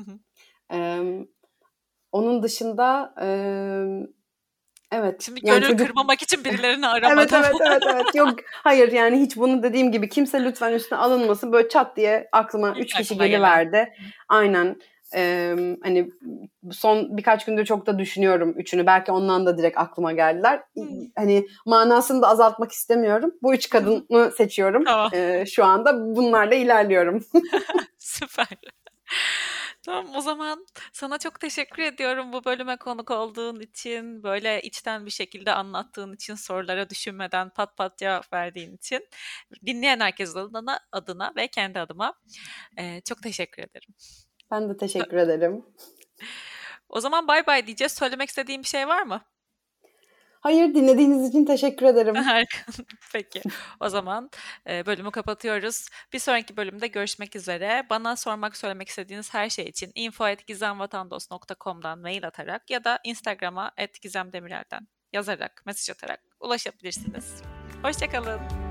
Onun dışında evet. Şimdi gönül kırmamak için birilerini aramadım. Evet. Yok, hayır, yani hiç bunu dediğim gibi kimse lütfen üstüne alınmasın. Böyle çat diye aklıma 3 kişi geliverdi. Aynen. Hani son birkaç gündür çok da düşünüyorum üçünü. Belki ondan da direkt aklıma geldiler. Hani manasını da azaltmak istemiyorum. Bu 3 kadını seçiyorum. Tamam. Şu anda bunlarla ilerliyorum. Süper. Tamam, o zaman sana çok teşekkür ediyorum bu bölüme konuk olduğun için, böyle içten bir şekilde anlattığın için, sorulara düşünmeden pat pat cevap verdiğin için. Dinleyen herkes adına ve kendi adıma çok teşekkür ederim. Ben de teşekkür ederim. O zaman bay bay diyeceğiz. Söylemek istediğin bir şey var mı? Hayır, dinlediğiniz için teşekkür ederim. Harika. Peki. O zaman bölümü kapatıyoruz. Bir sonraki bölümde görüşmek üzere. Bana söylemek istediğiniz her şey için info@gizemvatandos.com'dan mail atarak ya da Instagram'a @gizemdemirel'den yazarak, mesaj atarak ulaşabilirsiniz. Hoşça kalın.